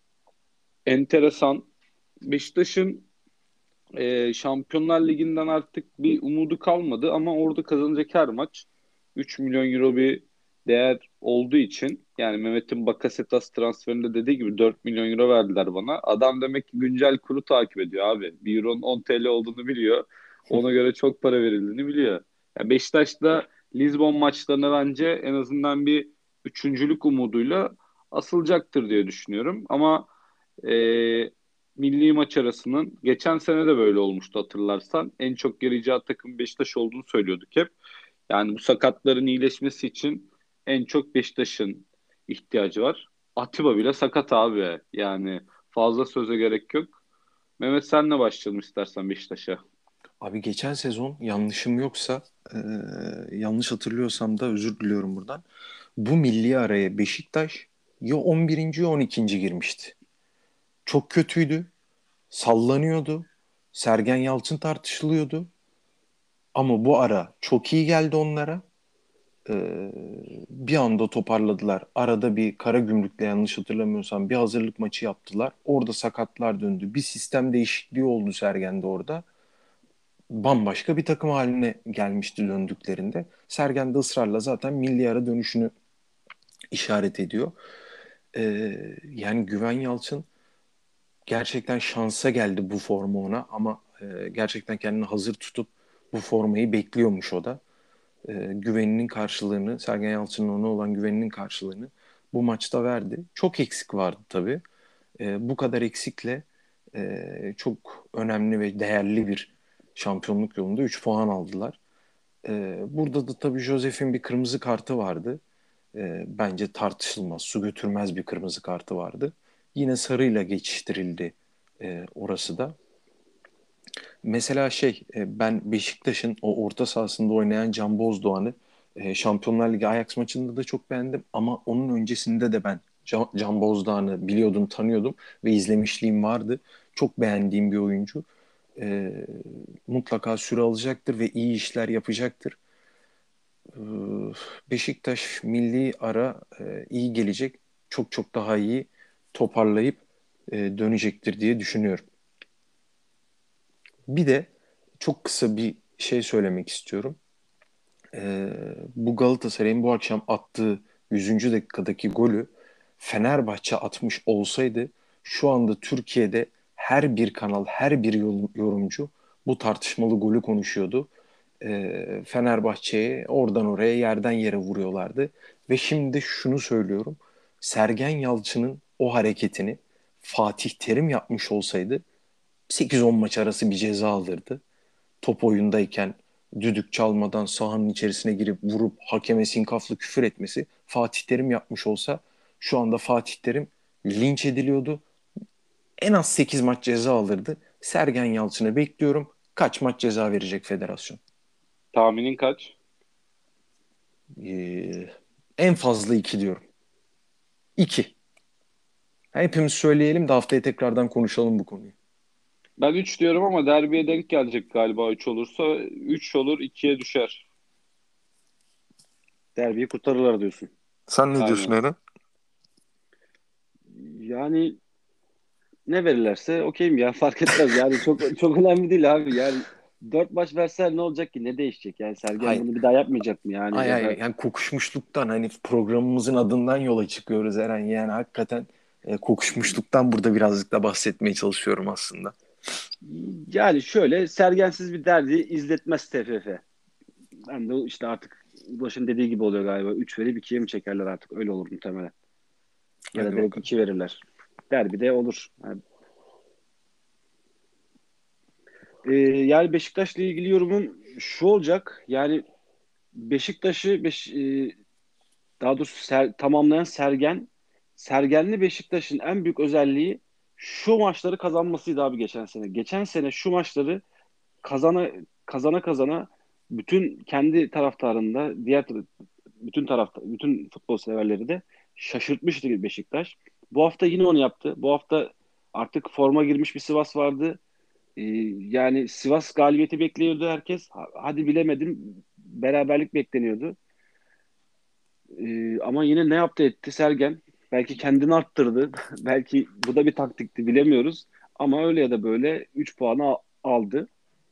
enteresan. Beşiktaş'ın Şampiyonlar Ligi'nden artık bir umudu kalmadı ama orada kazanacak her maç 3 milyon euro bir değer olduğu için yani Mehmet'in Bakasetas transferinde dediği gibi 4 milyon euro verdiler bana. Adam demek ki güncel kuru takip ediyor abi. Bir euronun 10 TL olduğunu biliyor. Ona göre çok para verildiğini biliyor. Yani Beşiktaş da Lizbon maçlarına bence en azından bir üçüncülük umuduyla asılacaktır diye düşünüyorum. Ama e, milli maç arasının geçen sene de böyle olmuştu hatırlarsan. En çok yarayacağı takım Beşiktaş olduğunu söylüyorduk hep. Yani bu sakatların iyileşmesi için en çok Beşiktaş'ın ihtiyacı var. Atiba bile sakat abi. Yani fazla söze gerek yok. Mehmet senle başlayalım istersen Beşiktaş'a. Abi geçen sezon yanlışım yoksa yanlış hatırlıyorsam da özür diliyorum buradan. Bu milli araya Beşiktaş ya 11. ya 12. girmişti. Çok kötüydü. Sallanıyordu. Sergen Yalçın tartışılıyordu. Ama bu ara çok iyi geldi onlara. Ee, Bir anda toparladılar. Arada bir Karagümrük'le yanlış hatırlamıyorsam bir hazırlık maçı yaptılar. Orada sakatlar döndü. Bir sistem değişikliği oldu Sergen'de orada. Bambaşka bir takım haline gelmişti döndüklerinde. Sergen de ısrarla zaten milli ara dönüşünü işaret ediyor. Yani Güven Yalçın gerçekten şansa geldi bu formu ona ama gerçekten kendini hazır tutup bu formayı bekliyormuş o da. Güveninin karşılığını, Sergen Yalçın'ın ona olan güveninin karşılığını bu maçta verdi. Çok eksik vardı tabii. Bu kadar eksikle çok önemli ve değerli bir şampiyonluk yolunda 3 puan aldılar. Burada da tabii Josef'in bir kırmızı kartı vardı. Bence tartışılmaz, su götürmez bir kırmızı kartı vardı. Yine sarıyla geçiştirildi orası da. Mesela ben Beşiktaş'ın o orta sahasında oynayan Can Bozdoğan'ı Şampiyonlar Ligi Ajax maçında da çok beğendim ama onun öncesinde de ben Can Bozdoğan'ı biliyordum, tanıyordum ve izlemişliğim vardı. Çok beğendiğim bir oyuncu. E, Mutlaka süre alacaktır ve iyi işler yapacaktır. E, Beşiktaş milli ara iyi gelecek. Çok çok daha iyi toparlayıp dönecektir diye düşünüyorum. Bir de çok kısa bir şey söylemek istiyorum. Bu Galatasaray'ın bu akşam attığı 100. dakikadaki golü Fenerbahçe atmış olsaydı şu anda Türkiye'de her bir kanal, her bir yorumcu bu tartışmalı golü konuşuyordu. Fenerbahçe'ye oradan oraya yerden yere vuruyorlardı. Ve şimdi de şunu söylüyorum. Sergen Yalçın'ın o hareketini Fatih Terim yapmış olsaydı 8-10 maç arası bir ceza alırdı. Top oyundayken düdük çalmadan sahanın içerisine girip vurup hakeme sinkaflı küfür etmesi Fatih Terim yapmış olsa şu anda Fatih Terim linç ediliyordu. En az 8 maç ceza alırdı. Sergen Yalçın'ı bekliyorum. Kaç maç ceza verecek federasyon? Tahminin kaç? Ee, En fazla 2 diyorum. 2. Hepimiz söyleyelim de haftaya tekrardan konuşalım bu konuyu. Ben 3 diyorum ama derbiye denk gelecek galiba 3 olursa. 3 olur 2'ye düşer. Derbiyi kurtarırlar diyorsun. Sen ne diyorsun Aynen. Eren? Yani ne verirlerse okeyim ya, fark etmez. Yani çok çok önemli değil abi. Yani 4 maç verseler ne olacak ki? Ne değişecek? Yani Sergen Hayır. bunu bir daha yapmayacak mı yani, Ay ya ay da yani kokuşmuşluktan hani programımızın adından yola çıkıyoruz Eren. Yani hakikaten kokuşmuşluktan burada birazcık da bahsetmeye çalışıyorum aslında. yani şöyle Sergensiz bir derbi izletmez TFF. Ben de işte artık Ulaş'ın dediği gibi oluyor galiba. 3 verip 2'ye mi çekerler artık? Öyle olur muhtemelen. Ya da Hadi direkt bakalım. 2 verirler. Derbi de olur. Yani Beşiktaş'la ilgili yorumum şu olacak. Yani Beşiktaş'ı daha doğrusu tamamlayan Sergenli Beşiktaş'ın en büyük özelliği şu maçları kazanmasıydı abi geçen sene. Geçen sene şu maçları kazana kazana bütün kendi taraftarında bütün futbol severleri de şaşırtmıştı Beşiktaş. Bu hafta yine onu yaptı. Bu hafta artık forma girmiş bir Sivas vardı. Yani Sivas galibiyeti bekliyordu herkes. Hadi bilemedim. Beraberlik bekleniyordu. Ama yine ne yaptı etti Sergen? Belki kendini arttırdı. Belki bu da bir taktikti bilemiyoruz. Ama öyle ya da böyle 3 puanı aldı.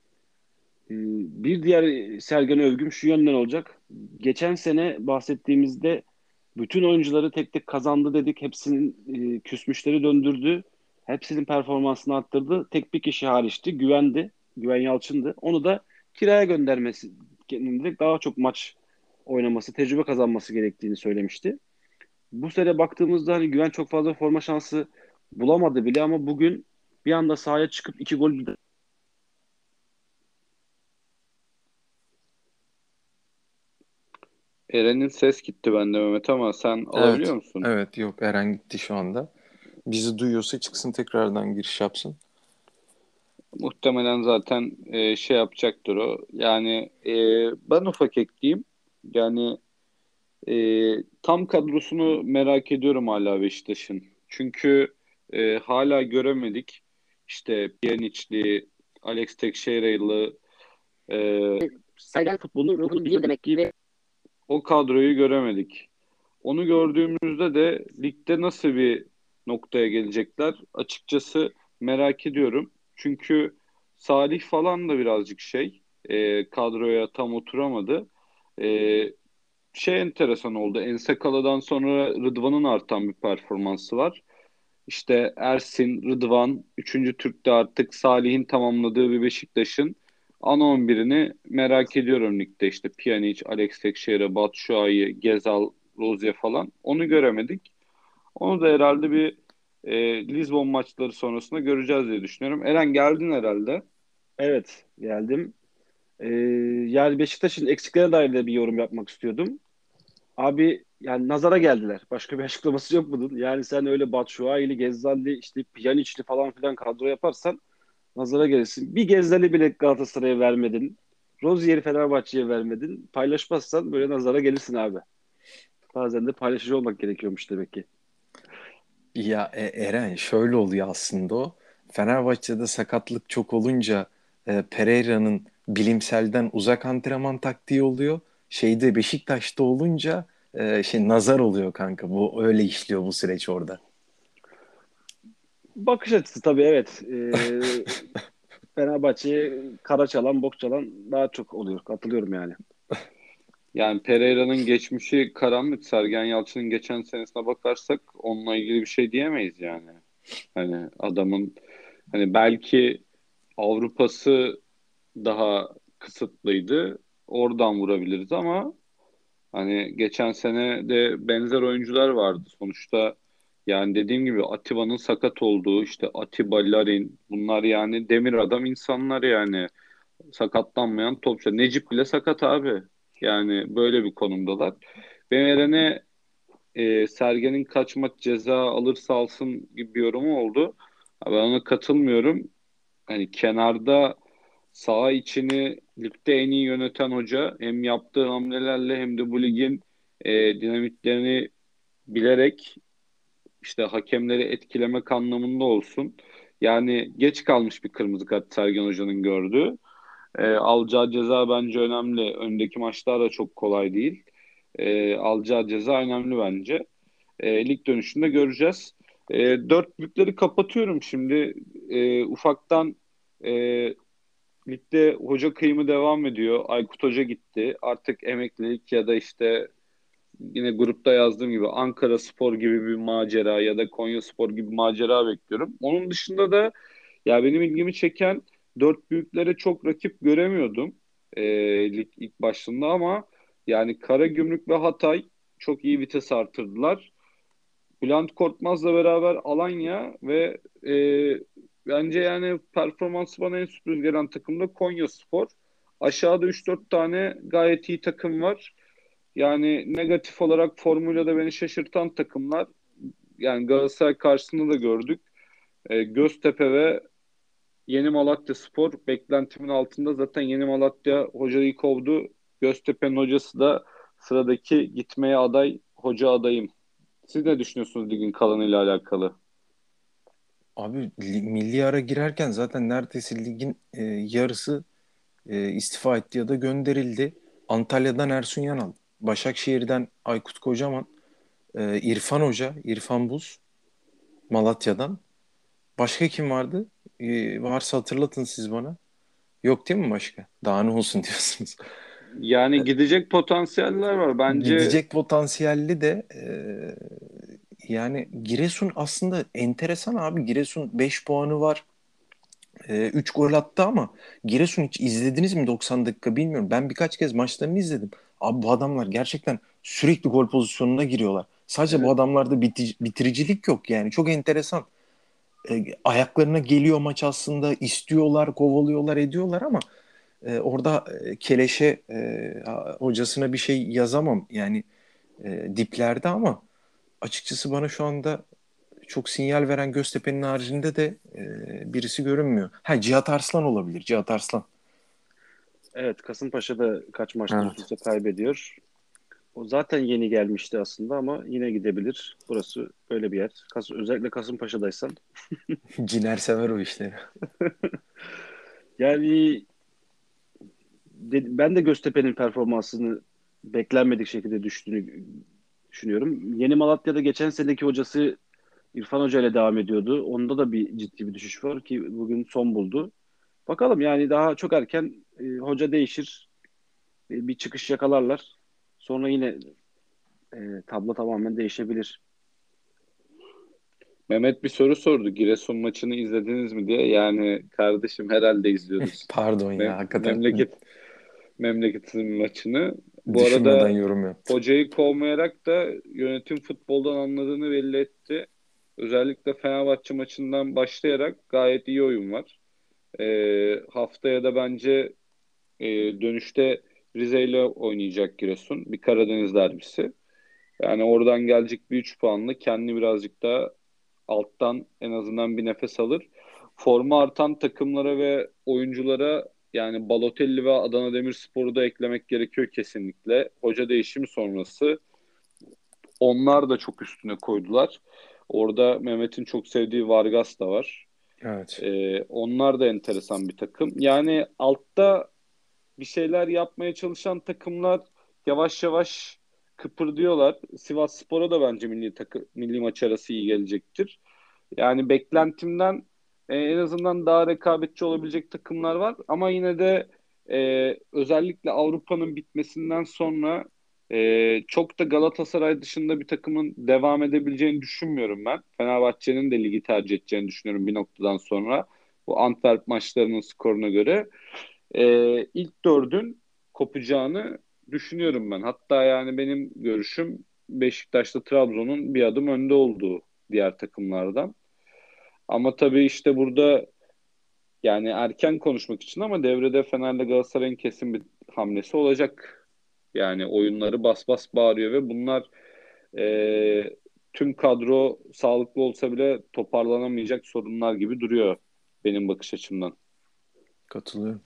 Bir diğer Sergen övgüm şu yönden olacak. Geçen sene bahsettiğimizde bütün oyuncuları tek tek kazandı dedik. Hepsinin küsmüşleri döndürdü. Hepsinin performansını arttırdı. Tek bir kişi hariçti. Güven Yalçın'dı. Onu da kiraya göndermesi gerektiğinde daha çok maç oynaması, tecrübe kazanması gerektiğini söylemişti. Bu sene baktığımızda hani Güven çok fazla forma şansı bulamadı bile ama bugün bir anda sahaya çıkıp 2 gol. Eren'in ses gitti bende Mehmet ama sen alabiliyor Evet. musun? Evet, yok, Eren gitti şu anda. Bizi duyuyorsa çıksın, tekrardan giriş yapsın. Muhtemelen zaten şey yapacaktır o. Yani ben ufak ekleyeyim. Yani tam kadrosunu merak ediyorum hala Beşiktaş'ın. Çünkü hala göremedik. İşte Pjanic'li, Alex Teixeira'lı Sergen futbolun ruhunu biliyor demek ki ve o kadroyu göremedik. Onu gördüğümüzde de ligde nasıl bir noktaya gelecekler? Açıkçası merak ediyorum. Çünkü Salih falan da birazcık kadroya tam oturamadı. E, enteresan oldu. Ensekala'dan sonra Rıdvan'ın artan bir performansı var. İşte Ersin, Rıdvan, üçüncü Türk'te artık Salih'in tamamladığı bir Beşiktaş'ın ana 11'ini merak ediyorum ligde. İşte Pjanic, Alex Teixeira, Batshuayi, Gezal, Rozier falan. Onu göremedik. Onu da herhalde bir Lizbon maçları sonrasında göreceğiz diye düşünüyorum. Eren geldin herhalde. evet geldim. Ee, Yani Beşiktaş'ın eksiklerine dair de bir yorum yapmak istiyordum. Abi yani nazara geldiler. Başka bir açıklaması yok bunun. Yani sen öyle Batshuayi'li, Gezzalli, işte Pjanic'li falan filan kadro yaparsan nazara gelirsin. Bir Gezzal'i bile Galatasaray'a vermedin. Rozier'i Fenerbahçe'ye vermedin. Paylaşmazsan böyle nazara gelirsin abi. Bazen de paylaşıcı olmak gerekiyormuş demek ki. Ya Eren, şöyle oluyor aslında o. Fenerbahçe'de sakatlık çok olunca Pereira'nın bilimselden uzak antrenman taktiği oluyor. Şeyde, Beşiktaş'ta olunca nazar oluyor kanka. Bu öyle işliyor bu süreç orada. Bakış açısı tabii evet. Fenerbahçe'ye kara çalan, bok çalan daha çok oluyor. Katılıyorum yani. Yani Pereira'nın geçmişi karanlık. Sergen Yalçın'ın geçen senesine bakarsak onunla ilgili bir şey diyemeyiz yani. Hani adamın hani belki Avrupa'sı daha kısıtlıydı. Oradan vurabiliriz ama hani geçen sene de benzer oyuncular vardı. Sonuçta yani dediğim gibi Atiba'nın sakat olduğu işte Atiba, Larin bunlar yani demir adam insanlar yani sakatlanmayan topçu. Necip bile sakat abi. Yani böyle bir konumdalar. Ben Eren'e Sergen'in kaç maç ceza alırsa alsın gibi bir yorumu oldu. Ben ona katılmıyorum. Hani kenarda saha içini ligde en iyi yöneten hoca hem yaptığı hamlelerle hem de bu ligin dinamitlerini bilerek işte hakemleri etkilemek anlamında olsun. Yani geç kalmış bir kırmızı kart Sergen Hoca'nın gördüğü. Alacağı ceza bence önemli. Öndeki maçlar da çok kolay değil. Alacağı ceza önemli bence. Lig dönüşünde göreceğiz. Dört büyükleri kapatıyorum şimdi. Ufaktan e, ligde hoca kıyımı devam ediyor. Aykut Hoca gitti. Artık emeklilik ya da işte yine grupta yazdığım gibi Ankara Spor gibi bir macera ya da Konya Spor gibi bir macera bekliyorum. Onun dışında da ya benim ilgimi çeken dört büyüklere çok rakip göremiyordum lig ilk başında ama yani Karagümrük ve Hatay çok iyi vites artırdılar. Bülent Korkmaz'la beraber Alanya ve bence yani performansı bana en sürpriz gelen takım da Konyaspor. Aşağıda 3-4 tane gayet iyi takım var. Yani negatif olarak formuyla da beni şaşırtan takımlar. Yani Galatasaray karşısında da gördük. Göztepe ve Yeni Malatyaspor beklentimin altında. Zaten Yeni Malatya hocayı kovdu. Göztepe'nin hocası da sıradaki gitmeye aday hoca adayım. Siz ne düşünüyorsunuz ligin kalanıyla alakalı? Abi milli ara girerken zaten neredeyse ligin yarısı istifa etti ya da gönderildi. Antalya'dan Ersun Yanal, Başakşehir'den Aykut Kocaman, İrfan Hoca, İrfan Buz, Malatya'dan. Başka kim vardı? Varsa hatırlatın siz bana. Yok değil mi başka? Daha ne olsun diyorsunuz. Yani gidecek potansiyeller var. Bence Gidecek potansiyelli de yani Giresun aslında enteresan abi. Giresun 5 puanı var. 3 gol attı ama Giresun hiç izlediniz mi 90 dakika bilmiyorum. Ben birkaç kez maçlarını izledim. Abi bu adamlar gerçekten sürekli gol pozisyonuna giriyorlar. Sadece bu evet, adamlarda bitiricilik yok yani. Çok enteresan. Ayaklarına geliyor maç aslında. İstiyorlar, kovalıyorlar, ediyorlar ama orada Keleş'e hocasına bir şey yazamam. Yani diplerde ama açıkçası bana şu anda çok sinyal veren Göztepe'nin haricinde de birisi görünmüyor. Ha Cihat Arslan olabilir. Cihat Arslan. Evet, Kasımpaşa'da kaç maçtır üst Evet. üste kaybediyor. O zaten yeni gelmişti aslında ama yine gidebilir. Burası böyle bir yer. Özellikle Kasımpaşa'daysan. Ciner sever o işleri. Yani ben de Göztepe'nin performansını beklenmedik şekilde düştüğünü düşünüyorum. Yeni Malatya'da geçen seneki hocası İrfan Hoca ile devam ediyordu. Onda da bir ciddi bir düşüş var ki bugün son buldu. Bakalım yani daha çok erken hoca değişir. Bir çıkış yakalarlar. Sonra yine tablo tamamen değişebilir. Mehmet bir soru sordu. Giresun maçını izlediniz mi diye. Yani kardeşim herhalde izliyoruz. Pardon ya hakikaten Memleketin maçını. Bu düşünmeden arada yorum yaptım. hocayı kovmayarak da yönetim futboldan anladığını belli etti. Özellikle Fenerbahçe maçından başlayarak gayet iyi oyun var. Haftaya da bence dönüşte Rize ile oynayacak Giresun. Bir Karadeniz derbisi. Yani oradan gelecek bir 3 puanlı kendi birazcık daha alttan en azından bir nefes alır. Forma artan takımlara ve oyunculara yani Balotelli ve Adana Demirspor'u da eklemek gerekiyor kesinlikle. Hoca değişimi sonrası onlar da çok üstüne koydular. Orada Mehmet'in çok sevdiği Vargas da var. Evet. Onlar da enteresan bir takım. Yani altta bir şeyler yapmaya çalışan takımlar yavaş yavaş kıpırdıyorlar. Sivasspor'a da bence milli maç arası iyi gelecektir. Yani beklentimden en azından daha rekabetçi olabilecek takımlar var. Ama yine de özellikle Avrupa'nın bitmesinden sonra çok da Galatasaray dışında bir takımın devam edebileceğini düşünmüyorum ben. Fenerbahçe'nin de ligi tercih edeceğini düşünüyorum bir noktadan sonra. Bu Antwerp maçlarının skoruna göre. İlk dördün kopacağını düşünüyorum ben. Hatta yani benim görüşüm Beşiktaş'ta Trabzon'un bir adım önde olduğu diğer takımlardan. Ama tabii işte burada yani erken konuşmak için ama devrede Fener'le Galatasaray'ın kesin bir hamlesi olacak. Yani oyunları bas bas bağırıyor ve bunlar tüm kadro sağlıklı olsa bile toparlanamayacak sorunlar gibi duruyor benim bakış açımdan. Katılıyorum.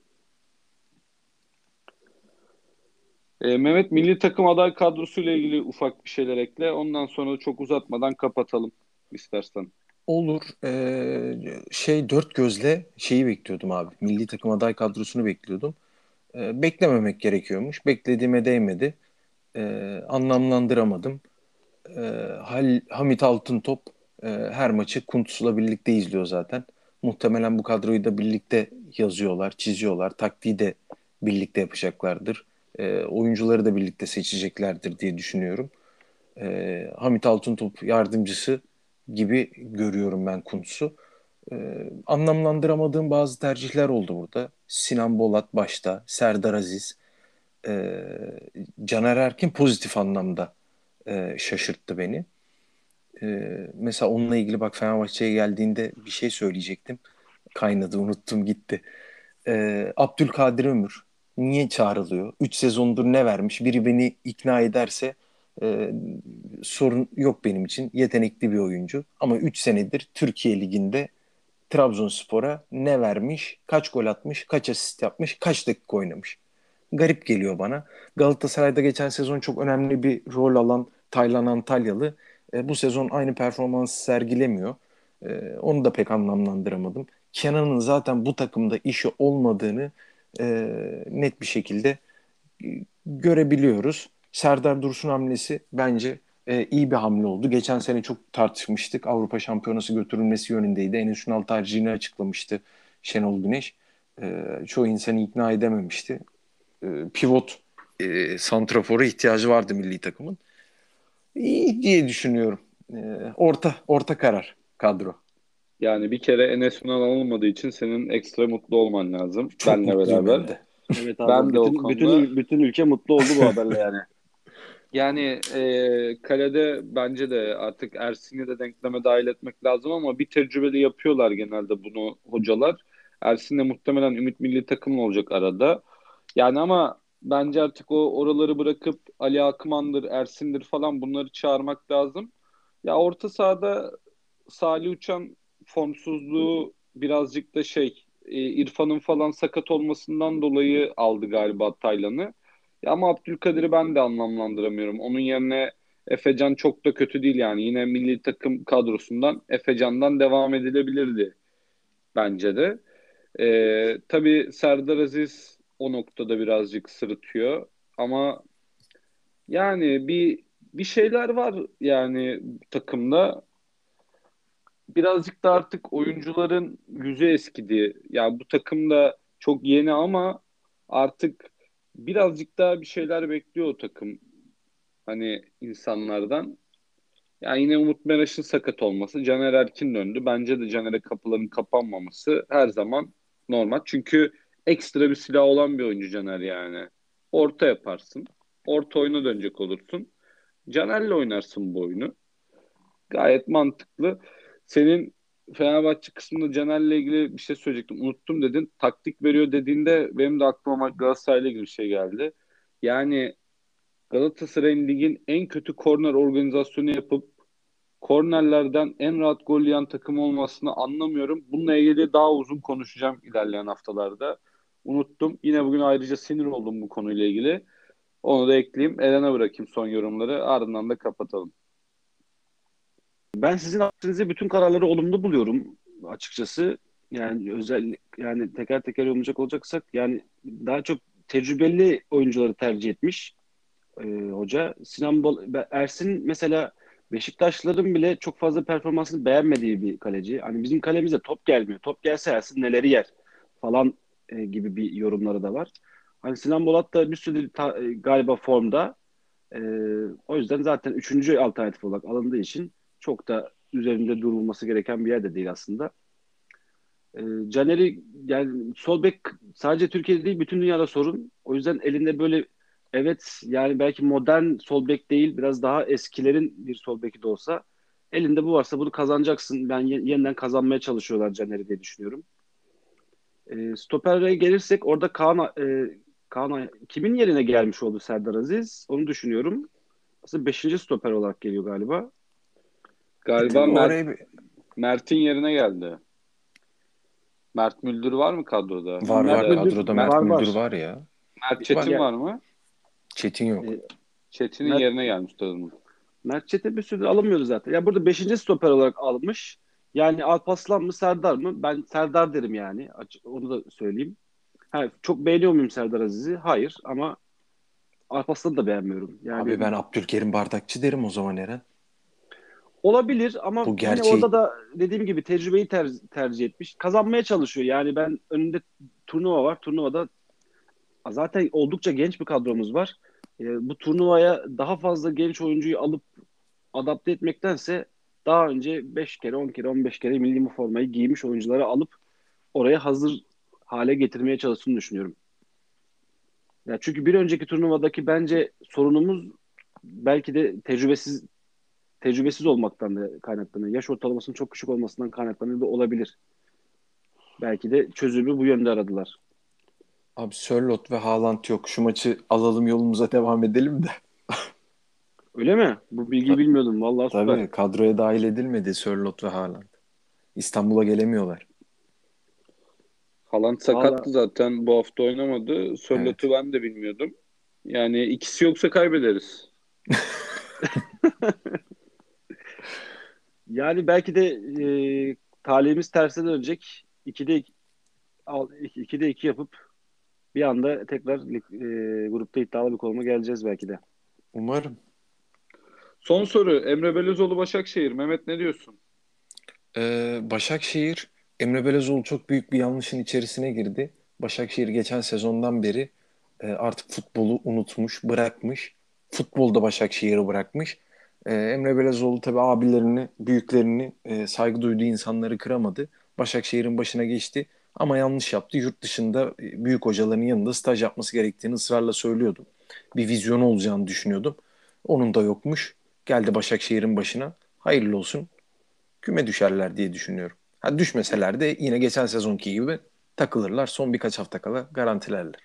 Mehmet milli takım aday kadrosuyla ilgili ufak bir şeyler ekle. Ondan sonra da çok uzatmadan kapatalım istersen. Olur. Dört gözle şeyi bekliyordum abi. Milli takım aday kadrosunu bekliyordum. Beklememek gerekiyormuş. Beklediğime değmedi. Anlamlandıramadım. Hamit Altıntop her maçı Kuntz'la birlikte izliyor zaten. Muhtemelen bu kadroyu da birlikte yazıyorlar, çiziyorlar. Taktiği de birlikte yapacaklardır. Oyuncuları da birlikte seçeceklerdir diye düşünüyorum. Hamit Altıntop yardımcısı gibi görüyorum ben Kuntz'u. Anlamlandıramadığım bazı tercihler oldu burada. Sinan Bolat başta, Serdar Aziz, e, Caner Erkin pozitif anlamda şaşırttı beni. Mesela onunla ilgili bak Fenerbahçe'ye geldiğinde bir şey söyleyecektim. Kaynadı, unuttum gitti. Abdülkadir Ömür niye çağrılıyor? 3 sezondur ne vermiş? Biri beni ikna ederse e, sorun yok benim için. Yetenekli bir oyuncu. Ama 3 senedir Türkiye Ligi'nde Trabzonspor'a ne vermiş? Kaç gol atmış? Kaç asist yapmış? Kaç dakika oynamış? Garip geliyor bana. Galatasaray'da geçen sezon çok önemli bir rol alan Taylan Antalyalı bu sezon aynı performansı sergilemiyor. Onu da pek anlamlandıramadım. Kenan'ın zaten bu takımda işi olmadığını e, net bir şekilde görebiliyoruz. Serdar Dursun hamlesi bence iyi bir hamle oldu. Geçen sene çok tartışmıştık. Avrupa Şampiyonası götürülmesi yönündeydi. Enes Ünal tercihini açıklamıştı Şenol Güneş. Çoğu insanı ikna edememişti. Pivot santrafora ihtiyacı vardı milli takımın. İyi diye düşünüyorum. Orta karar kadro. Yani bir kere Enes Ünal alınmadığı için senin ekstra mutlu olman lazım. Çok Benle mutluyum hem beraber. de. Evet abi. Ben de o Bütün konuda. bütün ülke mutlu oldu bu haberle yani. Yani kalede bence de artık Ersin'i de denkleme dahil etmek lazım ama bir tecrübeli yapıyorlar genelde bunu hocalar. Ersin de muhtemelen Ümit Milli Takım'la olacak arada. Yani ama bence artık o oraları bırakıp Ali Akman'dır, Ersin'dir falan bunları çağırmak lazım. Ya orta sahada Salih Uçan formsuzluğu birazcık da İrfan'ın falan sakat olmasından dolayı aldı galiba Taylan'ı. Ya ama Abdülkadir'i ben de anlamlandıramıyorum. Onun yerine Efecan çok da kötü değil yani. Yine milli takım kadrosundan Efecan'dan devam edilebilirdi bence de. Tabii Serdar Aziz o noktada birazcık sırıtıyor. Ama yani bir şeyler var yani takımda. Birazcık da artık oyuncuların yüzü eskidi. Ya bu takım da çok yeni ama artık birazcık daha bir şeyler bekliyor o takım. Hani insanlardan. Yani yine Umut Meraş'ın sakat olması, Caner Erkin döndü. Bence de Caner'e kapıların kapanmaması her zaman normal. Çünkü ekstra bir silah olan bir oyuncu Caner yani. Orta yaparsın. Orta oyuna dönecek olursun. Caner'le oynarsın bu oyunu. Gayet mantıklı. Senin Fenerbahçe kısmında Caner'le ilgili bir şey söyleyecektim. Unuttum dedin. Taktik veriyor dediğinde benim de aklıma Galatasaray'la ilgili bir şey geldi. Yani Galatasaray'ın ligin en kötü korner organizasyonu yapıp kornerlerden en rahat gol yiyen takım olmasını anlamıyorum. Bununla ilgili daha uzun konuşacağım ilerleyen haftalarda. Unuttum. Yine bugün ayrıca sinir oldum bu konuyla ilgili. Onu da ekleyeyim. Eren'e bırakayım son yorumları. Ardından da kapatalım. Ben sizin aksinize bütün kararları olumlu buluyorum açıkçası. Yani yani teker teker yorumlayacak olacaksak yani daha çok tecrübeli oyuncuları tercih etmiş hoca. Ersin mesela Beşiktaşların bile çok fazla performansını beğenmediği bir kaleci. Hani bizim kalemize top gelmiyor. Top gelse Ersin neleri yer falan gibi bir yorumları da var. Hani Sinan Bolat da bir süredir galiba formda. E, O yüzden zaten üçüncü alternatif olarak alındığı için çok da üzerinde durulması gereken bir yerde değil aslında. Caner'i yani sol bek sadece Türkiye'de değil bütün dünyada sorun. O yüzden elinde böyle evet yani belki modern sol bek değil biraz daha eskilerin bir sol beki de olsa elinde bu varsa bunu kazanacaksın. Ben yeniden kazanmaya çalışıyorlar Caner'i diye düşünüyorum. Stoper'e gelirsek orada Kaan kimin yerine gelmiş oldu Serdar Aziz? Onu düşünüyorum. Aslında beşinci stoper olarak geliyor galiba. Galiba Tabii oraya bir... Mert'in yerine geldi. Mert Müldür var mı kadroda? Var Mert var Müldür kadroda var Mert Müldür var. var ya. Mert Var. Çetin Ya, var mı? Çetin yok. e, Çetin'in Mert yerine gelmiş Tadım'ın. Mert Çetin bir süredir alınmıyordu zaten. Ya burada beşinci stoper olarak alınmış. Yani Alparslan mı Serdar mı? Ben Serdar derim yani. Onu da söyleyeyim. Ha, çok beğeniyor muyum Serdar Aziz'i? Hayır ama Alparslan'ı da beğenmiyorum. Abi Yani ben Abdülkerim Bardakçı derim o zaman Eren. olabilir ama Bu yine orada gerçeği da dediğim gibi tecrübeyi tercih etmiş. Kazanmaya çalışıyor. Yani ben önünde turnuva var. Turnuvada zaten oldukça genç bir kadromuz var. Bu turnuvaya daha fazla genç oyuncuyu alıp adapte etmektense daha önce 5 kere, 10 kere, 15 kere milli formayı giymiş oyuncuları alıp oraya hazır hale getirmeye çalıştığını düşünüyorum. Ya çünkü bir önceki turnuvadaki bence sorunumuz belki de tecrübesiz olmaktan da kaynaklanıyor. Yaş ortalamasının çok küçük olmasından kaynaklanıyor da olabilir. Belki de çözümü bu yönde aradılar. Abi Sörloth ve Haaland yok. Şu maçı alalım yolumuza devam edelim de. Öyle mi? Bu bilgiyi Ta- bilmiyordum. Vallahi süper. tabii kadroya dahil edilmedi Sörloth ve Haaland. İstanbul'a gelemiyorlar. Haaland Vallahi sakattı zaten, bu hafta oynamadı. Evet. Sörlot'u ben de bilmiyordum. Yani ikisi yoksa kaybederiz. yani belki de talihimiz terse dönecek. 2'de 2 yapıp bir anda tekrar grupta iddialı bir konuma geleceğiz belki de. Umarım. Son soru. Emre Belözoğlu Başakşehir. Mehmet, ne diyorsun? Başakşehir, Emre Belözoğlu çok büyük bir yanlışın içerisine girdi. Başakşehir geçen sezondan beri artık futbolu unutmuş, bırakmış. Futbolda Başakşehir'i bırakmış. Emre Belözoğlu tabii abilerini, büyüklerini, saygı duyduğu insanları kıramadı. Başakşehir'in başına geçti ama yanlış yaptı. Yurt dışında büyük hocaların yanında staj yapması gerektiğini ısrarla söylüyordum. Bir vizyonu olacağını düşünüyordum. Onun da yokmuş. Geldi Başakşehir'in başına. Hayırlı olsun, küme düşerler diye düşünüyorum. Ha, düşmeseler de yine geçen sezonki gibi takılırlar. Son birkaç hafta kala garantilerler.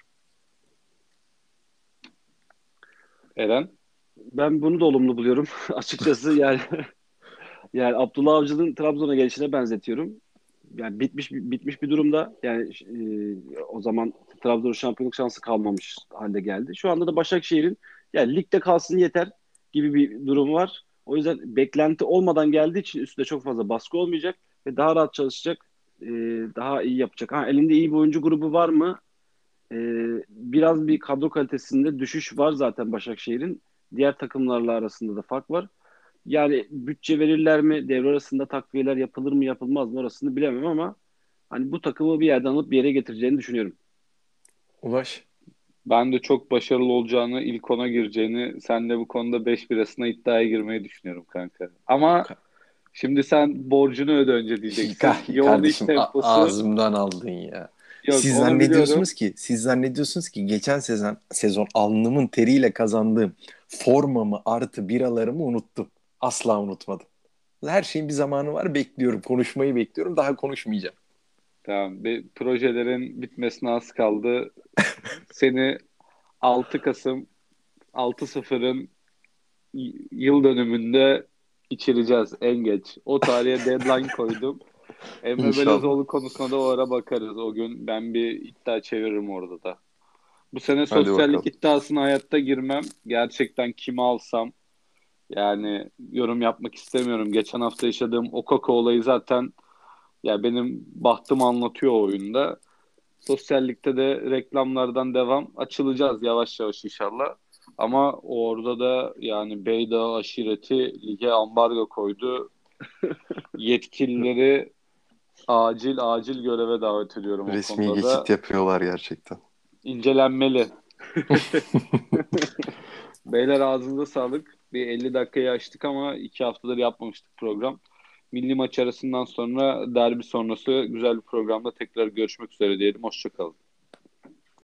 Eren? Ben bunu da olumlu buluyorum. Açıkçası yani Abdullah Avcı'nın Trabzon'a gelişine benzetiyorum. Yani bitmiş bir durumda. Yani o zaman Trabzon şampiyonluk şansı kalmamış halde geldi. Şu anda da Başakşehir'in yani ligde kalsın yeter gibi bir durumu var. O yüzden beklenti olmadan geldiği için üstünde çok fazla baskı olmayacak ve daha rahat çalışacak, e, daha iyi yapacak. Ha, elinde iyi bir oyuncu grubu var mı? E, biraz bir kadro kalitesinde düşüş var zaten Başakşehir'in. Diğer takımlarla arasında da fark var. Yani bütçe verirler mi? Devre arasında takviyeler yapılır mı yapılmaz mı orasını bilemem ama hani bu takımı bir yerden alıp bir yere getireceğini düşünüyorum. Ulaş. Ben de çok başarılı olacağını, ilk ona gireceğini, sen de bu konuda 5 birasına iddiaya girmeyi düşünüyorum kanka. Ama şimdi sen borcunu öde önce diyeceksin. Yoğun iş Kardeşim temposu ağzımdan aldın ya. yok, onu biliyorum. Siz zannediyorsunuz ki geçen sezon alnımın teriyle kazandığım formamı artı biralarımı unuttum. Asla unutmadım. Her şeyin bir zamanı var. Bekliyorum. Konuşmayı bekliyorum. Daha konuşmayacağım. Tamam, projelerin bitmesine az kaldı. Seni 6 Kasım 6-0'ın yıl dönümünde içireceğiz en geç. O tarihe deadline koydum. Emre İnşallah. Belözoğlu konusuna da o ara bakarız. O gün ben bir iddia çeviririm orada da. Bu sene Hadi sosyallik bakalım. iddiasına hayatta girmem. Gerçekten kimi alsam, yani yorum yapmak istemiyorum. Geçen hafta yaşadığım Okako olayı zaten, ya benim bahtım anlatıyor o oyunda. Sosyallikte de reklamlardan devam. Açılacağız yavaş yavaş inşallah. Ama orada da yani Beyda aşireti lige ambargo koydu. Yetkilileri acil acil göreve davet ediyorum o Resmi konuda geçit da. yapıyorlar gerçekten. İncelenmeli. Beyler, ağzınıza sağlık. Bir 50 dakikayı açtık ama 2 haftadır yapmamıştık program. Milli maç arasından sonra derbi sonrası güzel bir programda tekrar görüşmek üzere diyelim. Hoşça kalın.